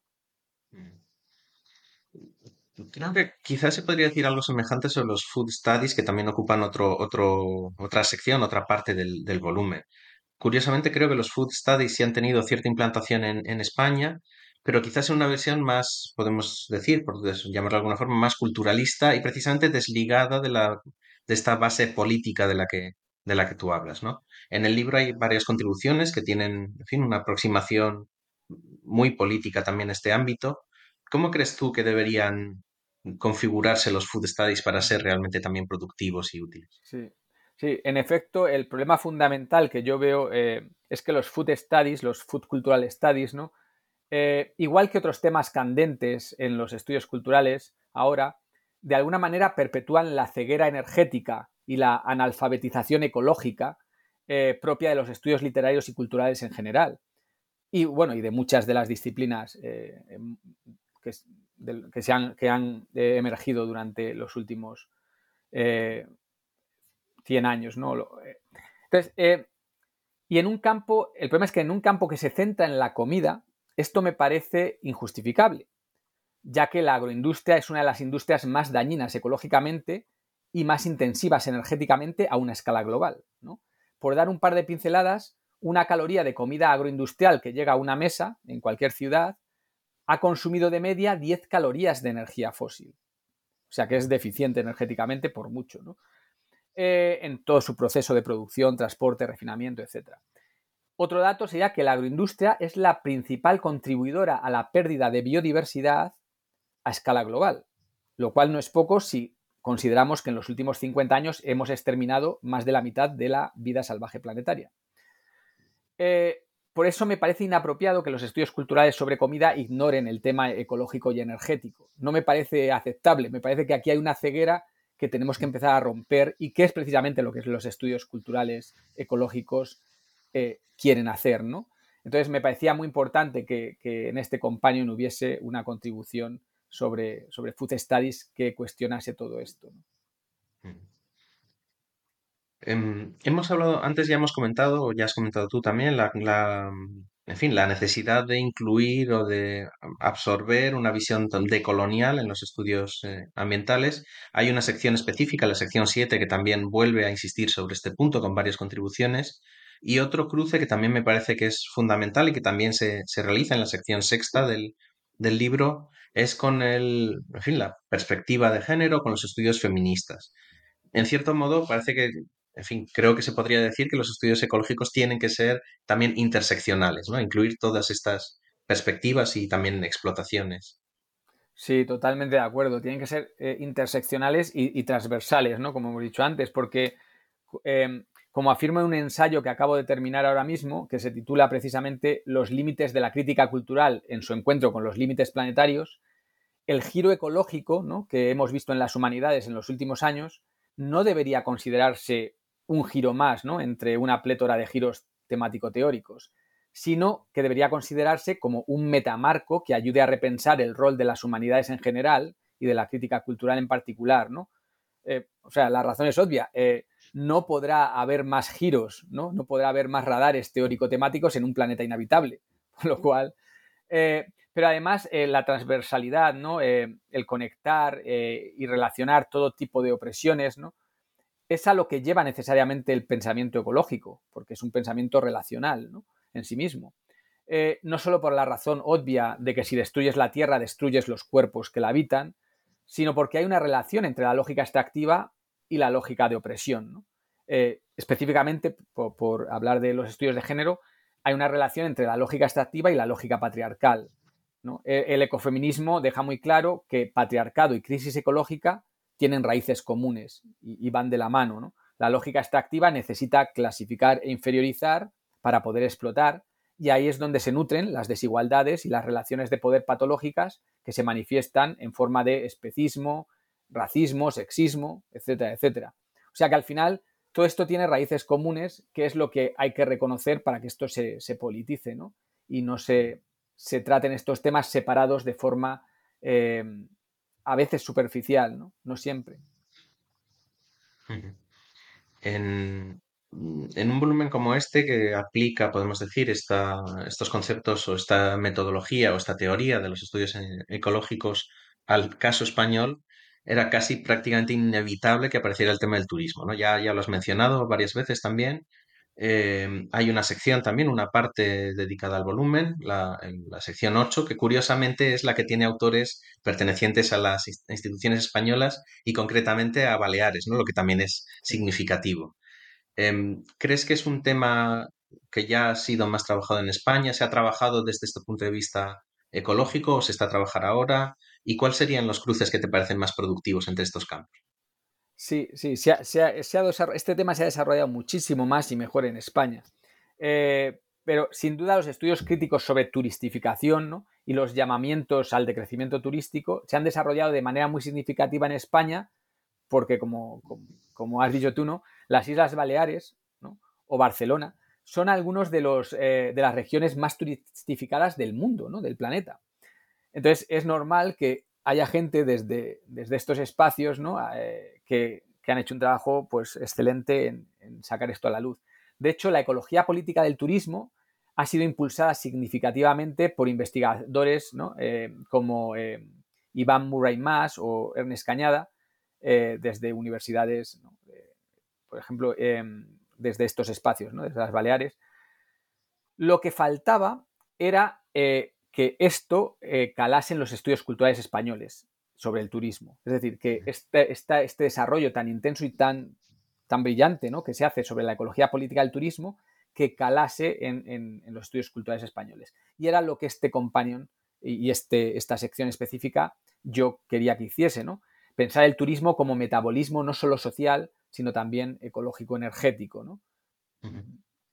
Creo que quizás se podría decir algo semejante sobre los food studies, que también ocupan otro, otro, otra sección, otra parte del, del volumen. Curiosamente, creo que los food studies sí han tenido cierta implantación en, en España, pero quizás en una versión más, podemos decir, por des- llamarlo de alguna forma, más culturalista y precisamente desligada de la, de esta base política de la que, de la que tú hablas, ¿no? En el libro hay varias contribuciones que tienen, en fin, una aproximación muy política también a este ámbito. ¿Cómo crees tú que deberían configurarse los food studies para ser realmente también productivos y útiles? Sí, sí, en efecto, el problema fundamental que yo veo eh, es que los food studies, los food cultural studies, ¿no? Eh, igual que otros temas candentes en los estudios culturales ahora, de alguna manera perpetúan la ceguera energética y la analfabetización ecológica eh, propia de los estudios literarios y culturales en general. Y bueno, y de muchas de las disciplinas eh, que, de, que, se han, que han eh, emergido durante los últimos eh, cien años, ¿no? Entonces, eh, y en un campo, el problema es que en un campo que se centra en la comida, esto me parece injustificable, ya que la agroindustria es una de las industrias más dañinas ecológicamente y más intensivas energéticamente a una escala global, ¿no? Por dar un par de pinceladas, una caloría de comida agroindustrial que llega a una mesa en cualquier ciudad ha consumido de media diez calorías de energía fósil. O sea que es deficiente energéticamente por mucho, ¿no? Eh, en todo su proceso de producción, transporte, refinamiento, etcétera. Otro dato sería que la agroindustria es la principal contribuidora a la pérdida de biodiversidad a escala global, lo cual no es poco si consideramos que en los últimos cincuenta años hemos exterminado más de la mitad de la vida salvaje planetaria. Eh, por eso me parece inapropiado que los estudios culturales sobre comida ignoren el tema ecológico y energético. No me parece aceptable, me parece que aquí hay una ceguera que tenemos que empezar a romper y que es precisamente lo que los estudios culturales ecológicos eh, quieren hacer, ¿no? Entonces me parecía muy importante que, que en este companion hubiese una contribución sobre, sobre Food Studies que cuestionase todo esto, ¿no? Em, hemos hablado, antes ya hemos comentado, o ya has comentado tú también, la, la, mm, en fin, la necesidad de incluir o de absorber una visión tan decolonial en los estudios eh, ambientales. Hay una sección específica, la sección siete, que también vuelve a insistir sobre este punto con varias contribuciones. Y otro cruce que también me parece que es fundamental y que también se, se realiza en la sección sexta del, del libro es con el, en fin, la perspectiva de género, con los estudios feministas. En cierto modo, parece que, en fin, creo que se podría decir que los estudios ecológicos tienen que ser también interseccionales, ¿no? Incluir todas estas perspectivas y también explotaciones. Sí, totalmente de acuerdo. Tienen que ser eh, interseccionales y, y transversales, ¿no? Como hemos dicho antes, porque, eh, como afirma en un ensayo que acabo de terminar ahora mismo, que se titula precisamente Los límites de la crítica cultural en su encuentro con los límites planetarios, el giro ecológico, ¿no?, que hemos visto en las humanidades en los últimos años no debería considerarse un giro más, ¿no?, entre una plétora de giros temático-teóricos, sino que debería considerarse como un metamarco que ayude a repensar el rol de las humanidades en general y de la crítica cultural en particular, ¿no? Eh, o sea, la razón es obvia. Eh, no podrá haber más giros, ¿no? No podrá haber más radares teórico-temáticos en un planeta inhabitable. Con lo cual... Eh, pero además eh, la transversalidad, ¿no? Eh, el conectar eh, y relacionar todo tipo de opresiones, ¿no? Es a lo que lleva necesariamente el pensamiento ecológico, porque es un pensamiento relacional, ¿no? En sí mismo. Eh, no solo por la razón obvia de que si destruyes la Tierra, destruyes los cuerpos que la habitan, sino porque hay una relación entre la lógica extractiva y la lógica de opresión, ¿no? Eh, específicamente, por, por hablar de los estudios de género, hay una relación entre la lógica extractiva y la lógica patriarcal, ¿no? El ecofeminismo deja muy claro que patriarcado y crisis ecológica tienen raíces comunes y, y van de la mano, ¿no? La lógica extractiva necesita clasificar e inferiorizar para poder explotar, y ahí es donde se nutren las desigualdades y las relaciones de poder patológicas que se manifiestan en forma de especismo, racismo, sexismo, etcétera, etcétera. O sea que al final todo esto tiene raíces comunes, que es lo que hay que reconocer para que esto se, se politice, ¿no? Y no se, se traten estos temas separados de forma eh, a veces superficial, ¿no? No siempre. En, en un volumen como este que aplica, podemos decir, esta, estos conceptos o esta metodología o esta teoría de los estudios e- ecológicos al caso español, era casi prácticamente inevitable que apareciera el tema del turismo, ¿no? Ya, ya lo has mencionado varias veces también. Eh, hay una sección también, una parte dedicada al volumen, la, en la sección ocho, que curiosamente es la que tiene autores pertenecientes a las ins- instituciones españolas y concretamente a Baleares, ¿no? Lo que también es Sí. significativo. Em, ¿crees que es un tema que ya ha sido más trabajado en España? ¿Se ha trabajado desde este punto de vista ecológico o se está a trabajar ahora? ¿Y cuáles serían los cruces que te parecen más productivos entre estos campos? Sí, sí, se ha- se ha- se ha desarro- este tema se ha desarrollado muchísimo más y mejor en España. Eh, pero sin duda los estudios críticos sobre turistificación, ¿no? Y los llamamientos al decrecimiento turístico se han desarrollado de manera muy significativa en España porque, como, como, como has dicho tú, ¿no? Las Islas Baleares, ¿no? O Barcelona son algunos de, los, eh, de las regiones más turistificadas del mundo, ¿no? Del planeta. Entonces es normal que haya gente desde, desde estos espacios, ¿no? eh, que, que, han hecho un trabajo pues, excelente en, en sacar esto a la luz. De hecho, la ecología política del turismo ha sido impulsada significativamente por investigadores, ¿no? eh, como eh, Iván Murray Mas o Ernest Cañada, eh, desde universidades, ¿no? eh, por ejemplo, eh, desde estos espacios, ¿no? Desde las Baleares. Lo que faltaba era eh, que esto eh, calase en los estudios culturales españoles sobre el turismo. Es decir, que este, este, este desarrollo tan intenso y tan, tan brillante, ¿no? Que se hace sobre la ecología política del turismo, que calase en, en, en los estudios culturales españoles. Y era lo que este companion y, y este, esta sección específica yo quería que hiciese, ¿no? Pensar el turismo como metabolismo no solo social, sino también ecológico-energético, ¿no? Ujú.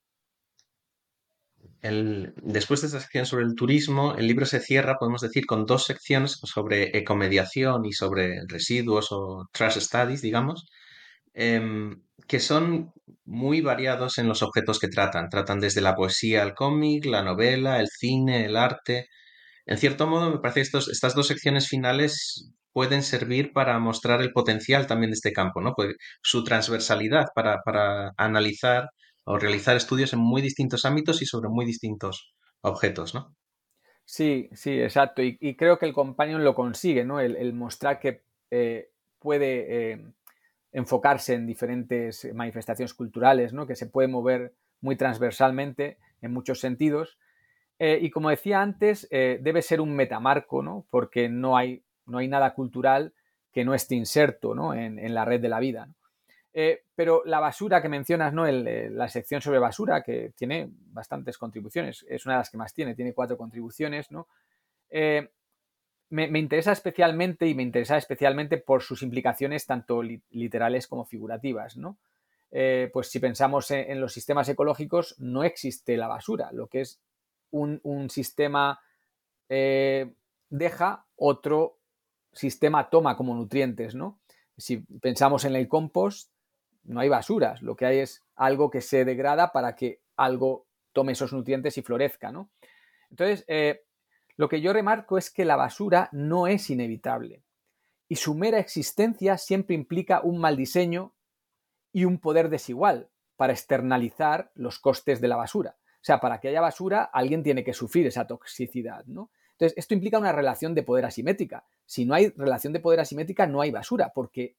El- después de esta sección sobre el turismo, el libro se cierra, podemos decir, con dos secciones sobre ecomediación y sobre residuos o trash studies, digamos, em, que son muy variados en los objetos que tratan. Tratan desde la poesía al cómic, la novela, el cine, el arte. En cierto modo, me parece que estos, estas dos secciones finales pueden servir para mostrar el potencial también de este campo, ¿no? Pues su transversalidad para, para analizar o realizar estudios en muy distintos ámbitos y sobre muy distintos objetos, ¿no? Sí, sí, exacto. Y, y creo que el Companion lo consigue, ¿no? El, el mostrar que eh, puede eh, enfocarse en diferentes manifestaciones culturales, ¿no? Que se puede mover muy transversalmente en muchos sentidos. Eh, y como decía antes, eh, debe ser un metamarco, ¿no? Porque no hay, no hay nada cultural que no esté inserto, ¿no? en, en la red de la vida, ¿no? Eh, pero la basura que mencionas, ¿no? El, eh, la sección sobre basura, que tiene bastantes contribuciones, es una de las que más tiene, tiene cuatro contribuciones, ¿no? Eh, me, me, interesa especialmente y me interesa especialmente por sus implicaciones tanto li literales como figurativas, ¿no? Eh, pues si pensamos en, en, los sistemas ecológicos, no existe la basura, lo que es un, un sistema eh, deja, otro sistema toma como nutrientes, ¿no? Si pensamos en el compost, no hay basuras, lo que hay es algo que se degrada para que algo tome esos nutrientes y florezca, ¿no? Entonces, eh, lo que yo remarco es que la basura no es inevitable y su mera existencia siempre implica un mal diseño y un poder desigual para externalizar los costes de la basura. O sea, para que haya basura, alguien tiene que sufrir esa toxicidad, ¿no? Entonces, esto implica una relación de poder asimétrica. Si no hay relación de poder asimétrica, no hay basura, porque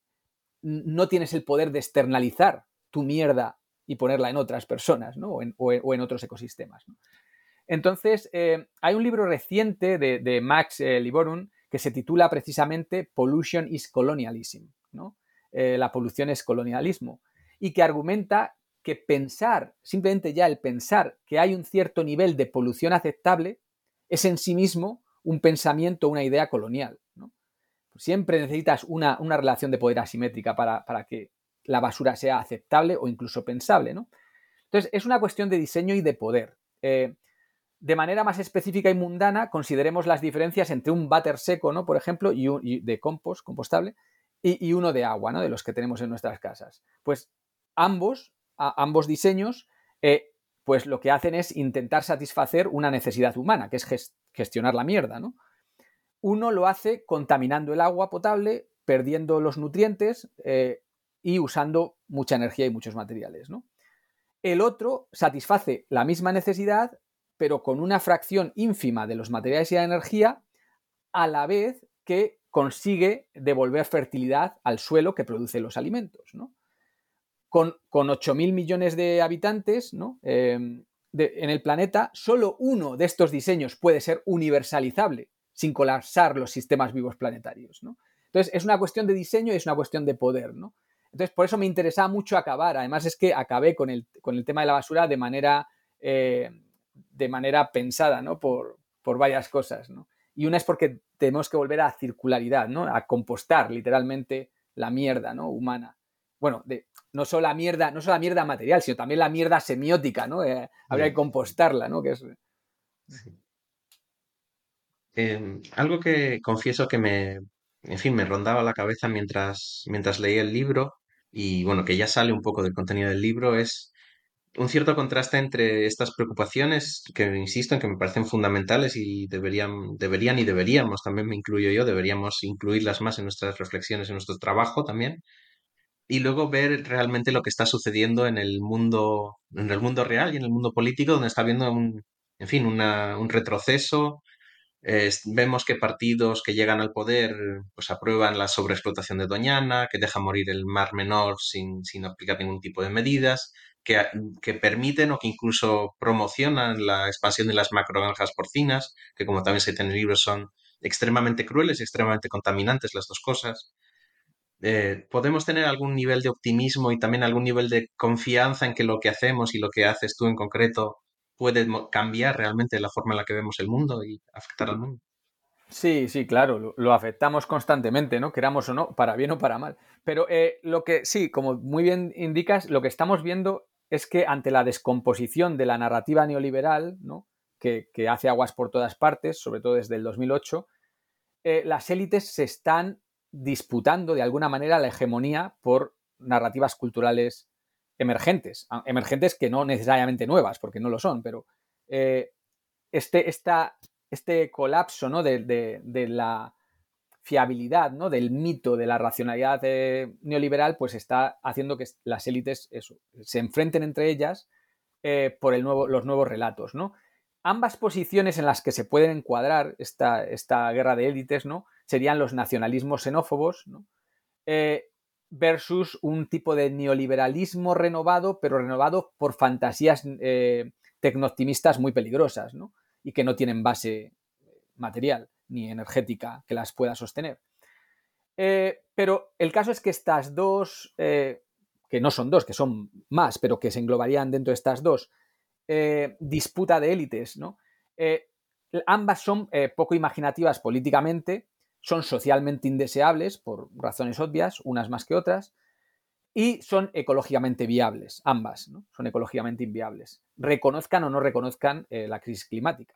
no tienes el poder de externalizar tu mierda y ponerla en otras personas, ¿no? O en, o en, o en otros ecosistemas, ¿no? Entonces, eh, hay un libro reciente de, de Max eh, Liborum que se titula precisamente Pollution is Colonialism, ¿no? Eh, la polución es colonialismo, y que argumenta que pensar, simplemente ya el pensar que hay un cierto nivel de polución aceptable es en sí mismo un pensamiento, una idea colonial, ¿no? Siempre necesitas una, una relación de poder asimétrica para, para que la basura sea aceptable o incluso pensable, ¿no? Entonces, es una cuestión de diseño y de poder. Eh, de manera más específica y mundana, consideremos las diferencias entre un váter seco, ¿no? Por ejemplo, y, un, y de compost, compostable, y, y uno de agua, ¿no? De los que tenemos en nuestras casas. Pues ambos, a, ambos diseños, eh, pues lo que hacen es intentar satisfacer una necesidad humana, que es gest- gestionar la mierda, ¿no? Uno lo hace contaminando el agua potable, perdiendo los nutrientes eh, y usando mucha energía y muchos materiales, ¿no? El otro satisface la misma necesidad, pero con una fracción ínfima de los materiales y la energía, a la vez que consigue devolver fertilidad al suelo que produce los alimentos, ¿no? Con, con ocho mil millones de habitantes, ¿no? eh, de, en el planeta, solo uno de estos diseños puede ser universalizable sin colapsar los sistemas vivos planetarios, ¿no? Entonces, es una cuestión de diseño y es una cuestión de poder, ¿no? Entonces, por eso me interesaba mucho acabar. Además, es que acabé con el, con el tema de la basura de manera, eh, de manera pensada, ¿no? Por, por varias cosas, ¿no? Y una es porque tenemos que volver a circularidad, ¿no? A compostar literalmente la mierda, ¿no? Humana. Bueno, de, no solo la mierda, no solo la mierda material, sino también la mierda semiótica, ¿no? Eh, habría que compostarla, ¿no? Que es... Sí. Eh, algo que confieso que me, en fin, me rondaba la cabeza mientras, mientras leía el libro, y bueno, que ya sale un poco del contenido del libro, es un cierto contraste entre estas preocupaciones que insisto en que me parecen fundamentales y deberían, deberían y deberíamos, también me incluyo yo, deberíamos incluirlas más en nuestras reflexiones, en nuestro trabajo también, y luego ver realmente lo que está sucediendo en el mundo, en el mundo real y en el mundo político, donde está habiendo un, en fin, una- un retroceso. Eh, vemos que partidos que llegan al poder pues aprueban la sobreexplotación de Doñana, que dejan morir el Mar Menor sin, sin aplicar ningún tipo de medidas, que, que permiten o que incluso promocionan la expansión de las macrogranjas porcinas, que como también se dice en el libro son extremadamente crueles y extremadamente contaminantes las dos cosas. Eh, ¿podemos tener algún nivel de optimismo y también algún nivel de confianza en que lo que hacemos y lo que haces tú en concreto puede mo- cambiar realmente la forma en la que vemos el mundo y afectar al mundo? Sí, sí, claro, lo, lo afectamos constantemente, ¿no? Queramos o no, para bien o para mal. Pero eh, lo que sí, como muy bien indicas, lo que estamos viendo es que ante la descomposición de la narrativa neoliberal, ¿no? que, que hace aguas por todas partes, sobre todo desde el dos mil ocho, eh, las élites se están disputando de alguna manera la hegemonía por narrativas culturales emergentes, emergentes que no necesariamente nuevas, porque no lo son, pero eh, este, esta, este colapso, ¿no? de, de, de la fiabilidad, ¿no? Del mito de la racionalidad eh, neoliberal, pues está haciendo que las élites eso, se enfrenten entre ellas eh, por el nuevo, los nuevos relatos, ¿no? Ambas posiciones en las que se pueden encuadrar esta, esta guerra de élites, ¿no? Serían los nacionalismos xenófobos, ¿no? Eh, versus un tipo de neoliberalismo renovado, pero renovado por fantasías eh, tecnooptimistas muy peligrosas, ¿no? Y que no tienen base material ni energética que las pueda sostener. Eh, pero el caso es que estas dos, eh, que no son dos, que son más, pero que se englobarían dentro de estas dos, eh, disputa de élites, ¿no? Eh, ambas son eh, poco imaginativas políticamente, son socialmente indeseables por razones obvias, unas más que otras, y son ecológicamente viables, ambas, ¿no? Son ecológicamente inviables, reconozcan o no reconozcan eh, la crisis climática.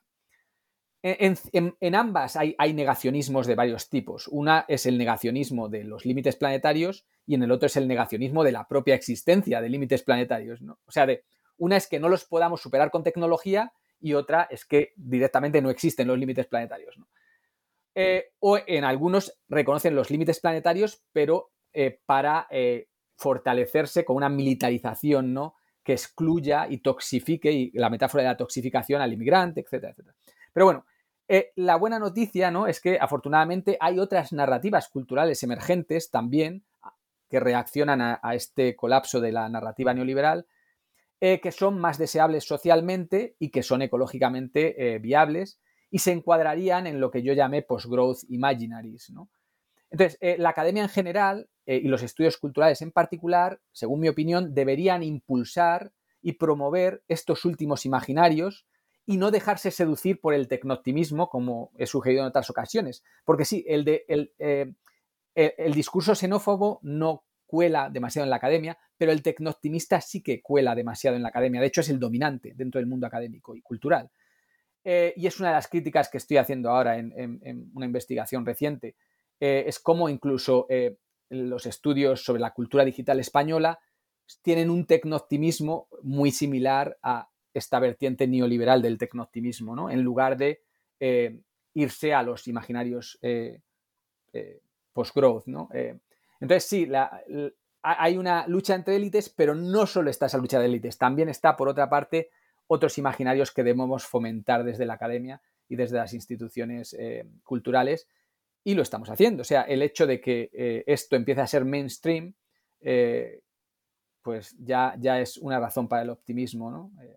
En, en, en ambas hay, hay negacionismos de varios tipos. Una es el negacionismo de los límites planetarios y en el otro es el negacionismo de la propia existencia de límites planetarios, ¿no? O sea, de Una es que no los podamos superar con tecnología y otra es que directamente no existen los límites planetarios, ¿no? Eh, o en algunos reconocen los límites planetarios, pero eh, para eh, fortalecerse con una militarización, ¿no?, que excluya y toxifique, y la metáfora de la toxificación al inmigrante, etcétera, etcétera. Pero bueno, eh, la buena noticia, ¿no?, es que afortunadamente hay otras narrativas culturales emergentes también que reaccionan a, a este colapso de la narrativa neoliberal, eh, que son más deseables socialmente y que son ecológicamente eh, viables y se encuadrarían en lo que yo llamé post-growth imaginaries, ¿no? Entonces, eh, la academia en general eh, y los estudios culturales en particular, según mi opinión, deberían impulsar y promover estos últimos imaginarios y no dejarse seducir por el tecnooptimismo, como he sugerido en otras ocasiones. Porque sí, el, de, el, eh, el, el discurso xenófobo no cuela demasiado en la academia, pero el tecnooptimista sí que cuela demasiado en la academia. De hecho, es el dominante dentro del mundo académico y cultural. Eh, y es una de las críticas que estoy haciendo ahora en, en, en una investigación reciente. Eh, es cómo incluso eh, los estudios sobre la cultura digital española tienen un tecnooptimismo muy similar a esta vertiente neoliberal del tecnooptimismo, ¿no?, en lugar de eh, irse a los imaginarios eh, eh, post-growth, ¿no? Eh, entonces, sí, la, la, hay una lucha entre élites, pero no solo está esa lucha de élites, también está, por otra parte, otros imaginarios que debemos fomentar desde la academia y desde las instituciones eh, culturales, y lo estamos haciendo. O sea, el hecho de que eh, esto empiece a ser mainstream, eh, pues ya, ya es una razón para el optimismo, ¿no? Eh,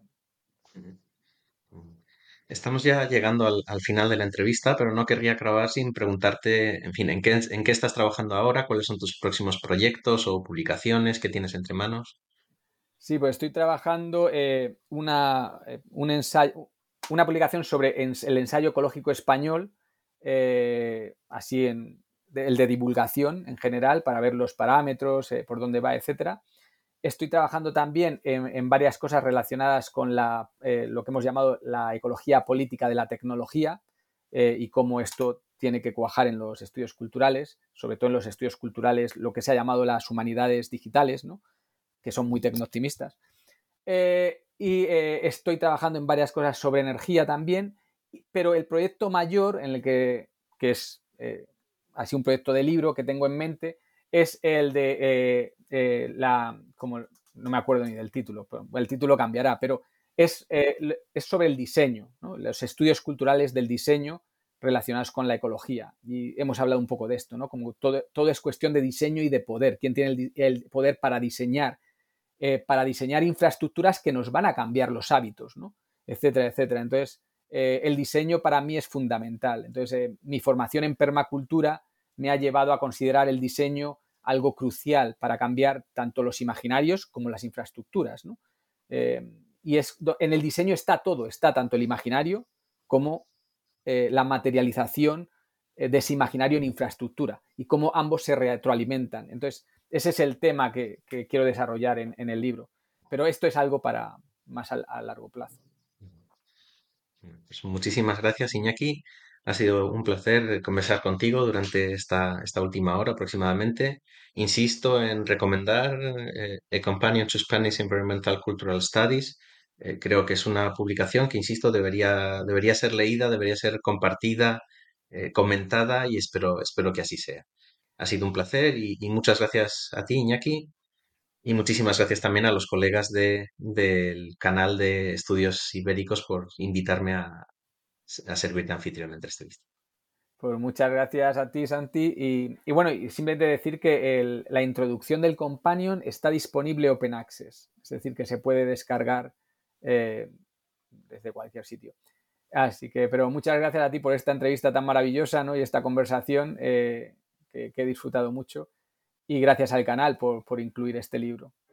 Estamos ya llegando al, al final de la entrevista, pero no querría acabar sin preguntarte, en fin, ¿en qué, en qué estás trabajando ahora? ¿Cuáles son tus próximos proyectos o publicaciones que tienes entre manos? Sí, pues estoy trabajando eh, una, eh, un ensayo, una publicación sobre ens, el ensayo ecológico español, eh, así en de, el de divulgación en general, para ver los parámetros, eh, por dónde va, etcétera. Estoy trabajando también en, en varias cosas relacionadas con la, eh, lo que hemos llamado la ecología política de la tecnología eh, y cómo esto tiene que cuajar en los estudios culturales, sobre todo en los estudios culturales, lo que se ha llamado las humanidades digitales, ¿no?, que son muy tecnooptimistas. Eh, y eh, estoy trabajando en varias cosas sobre energía también, pero el proyecto mayor, en el que, que es eh, así un proyecto de libro que tengo en mente, es el de eh, eh, la, como no me acuerdo ni del título, pero el título cambiará, pero es, eh, es sobre el diseño, ¿no?, los estudios culturales del diseño relacionados con la ecología. Y hemos hablado un poco de esto, ¿no?, como todo, todo es cuestión de diseño y de poder. ¿Quién tiene el, el poder para diseñar? Eh, para diseñar infraestructuras que nos van a cambiar los hábitos, ¿no?, etcétera, etcétera. Entonces, eh, el diseño para mí es fundamental. Entonces, eh, mi formación en permacultura me ha llevado a considerar el diseño algo crucial para cambiar tanto los imaginarios como las infraestructuras, ¿no? Eh, y es, en el diseño está todo, está tanto el imaginario como eh, la materialización eh, de ese imaginario en infraestructura y cómo ambos se retroalimentan. Entonces, ese es el tema que, que quiero desarrollar en, en, el libro. Pero esto es algo para más a, a largo plazo. Pues muchísimas gracias, Iñaki. Ha sido un placer conversar contigo durante esta, esta última hora aproximadamente. Insisto en recomendar eh, A Companion to Spanish Environmental Cultural Studies. Eh, creo que es una publicación que, insisto, debería, debería ser leída, debería ser compartida, eh, comentada, y espero, espero que así sea. Ha sido un placer y, y muchas gracias a ti, Iñaki. Y muchísimas gracias también a los colegas de, del canal de Estudios Ibéricos por invitarme a, a servir de anfitrión en esta entrevista. Pues muchas gracias a ti, Santi. Y, y bueno, y simplemente decir que el, la introducción del Companion está disponible Open Access, es decir, que se puede descargar eh, desde cualquier sitio. Así que, pero muchas gracias a ti por esta entrevista tan maravillosa, ¿no?, y esta conversación eh, que, que he disfrutado mucho. Y gracias al canal por, por incluir este libro.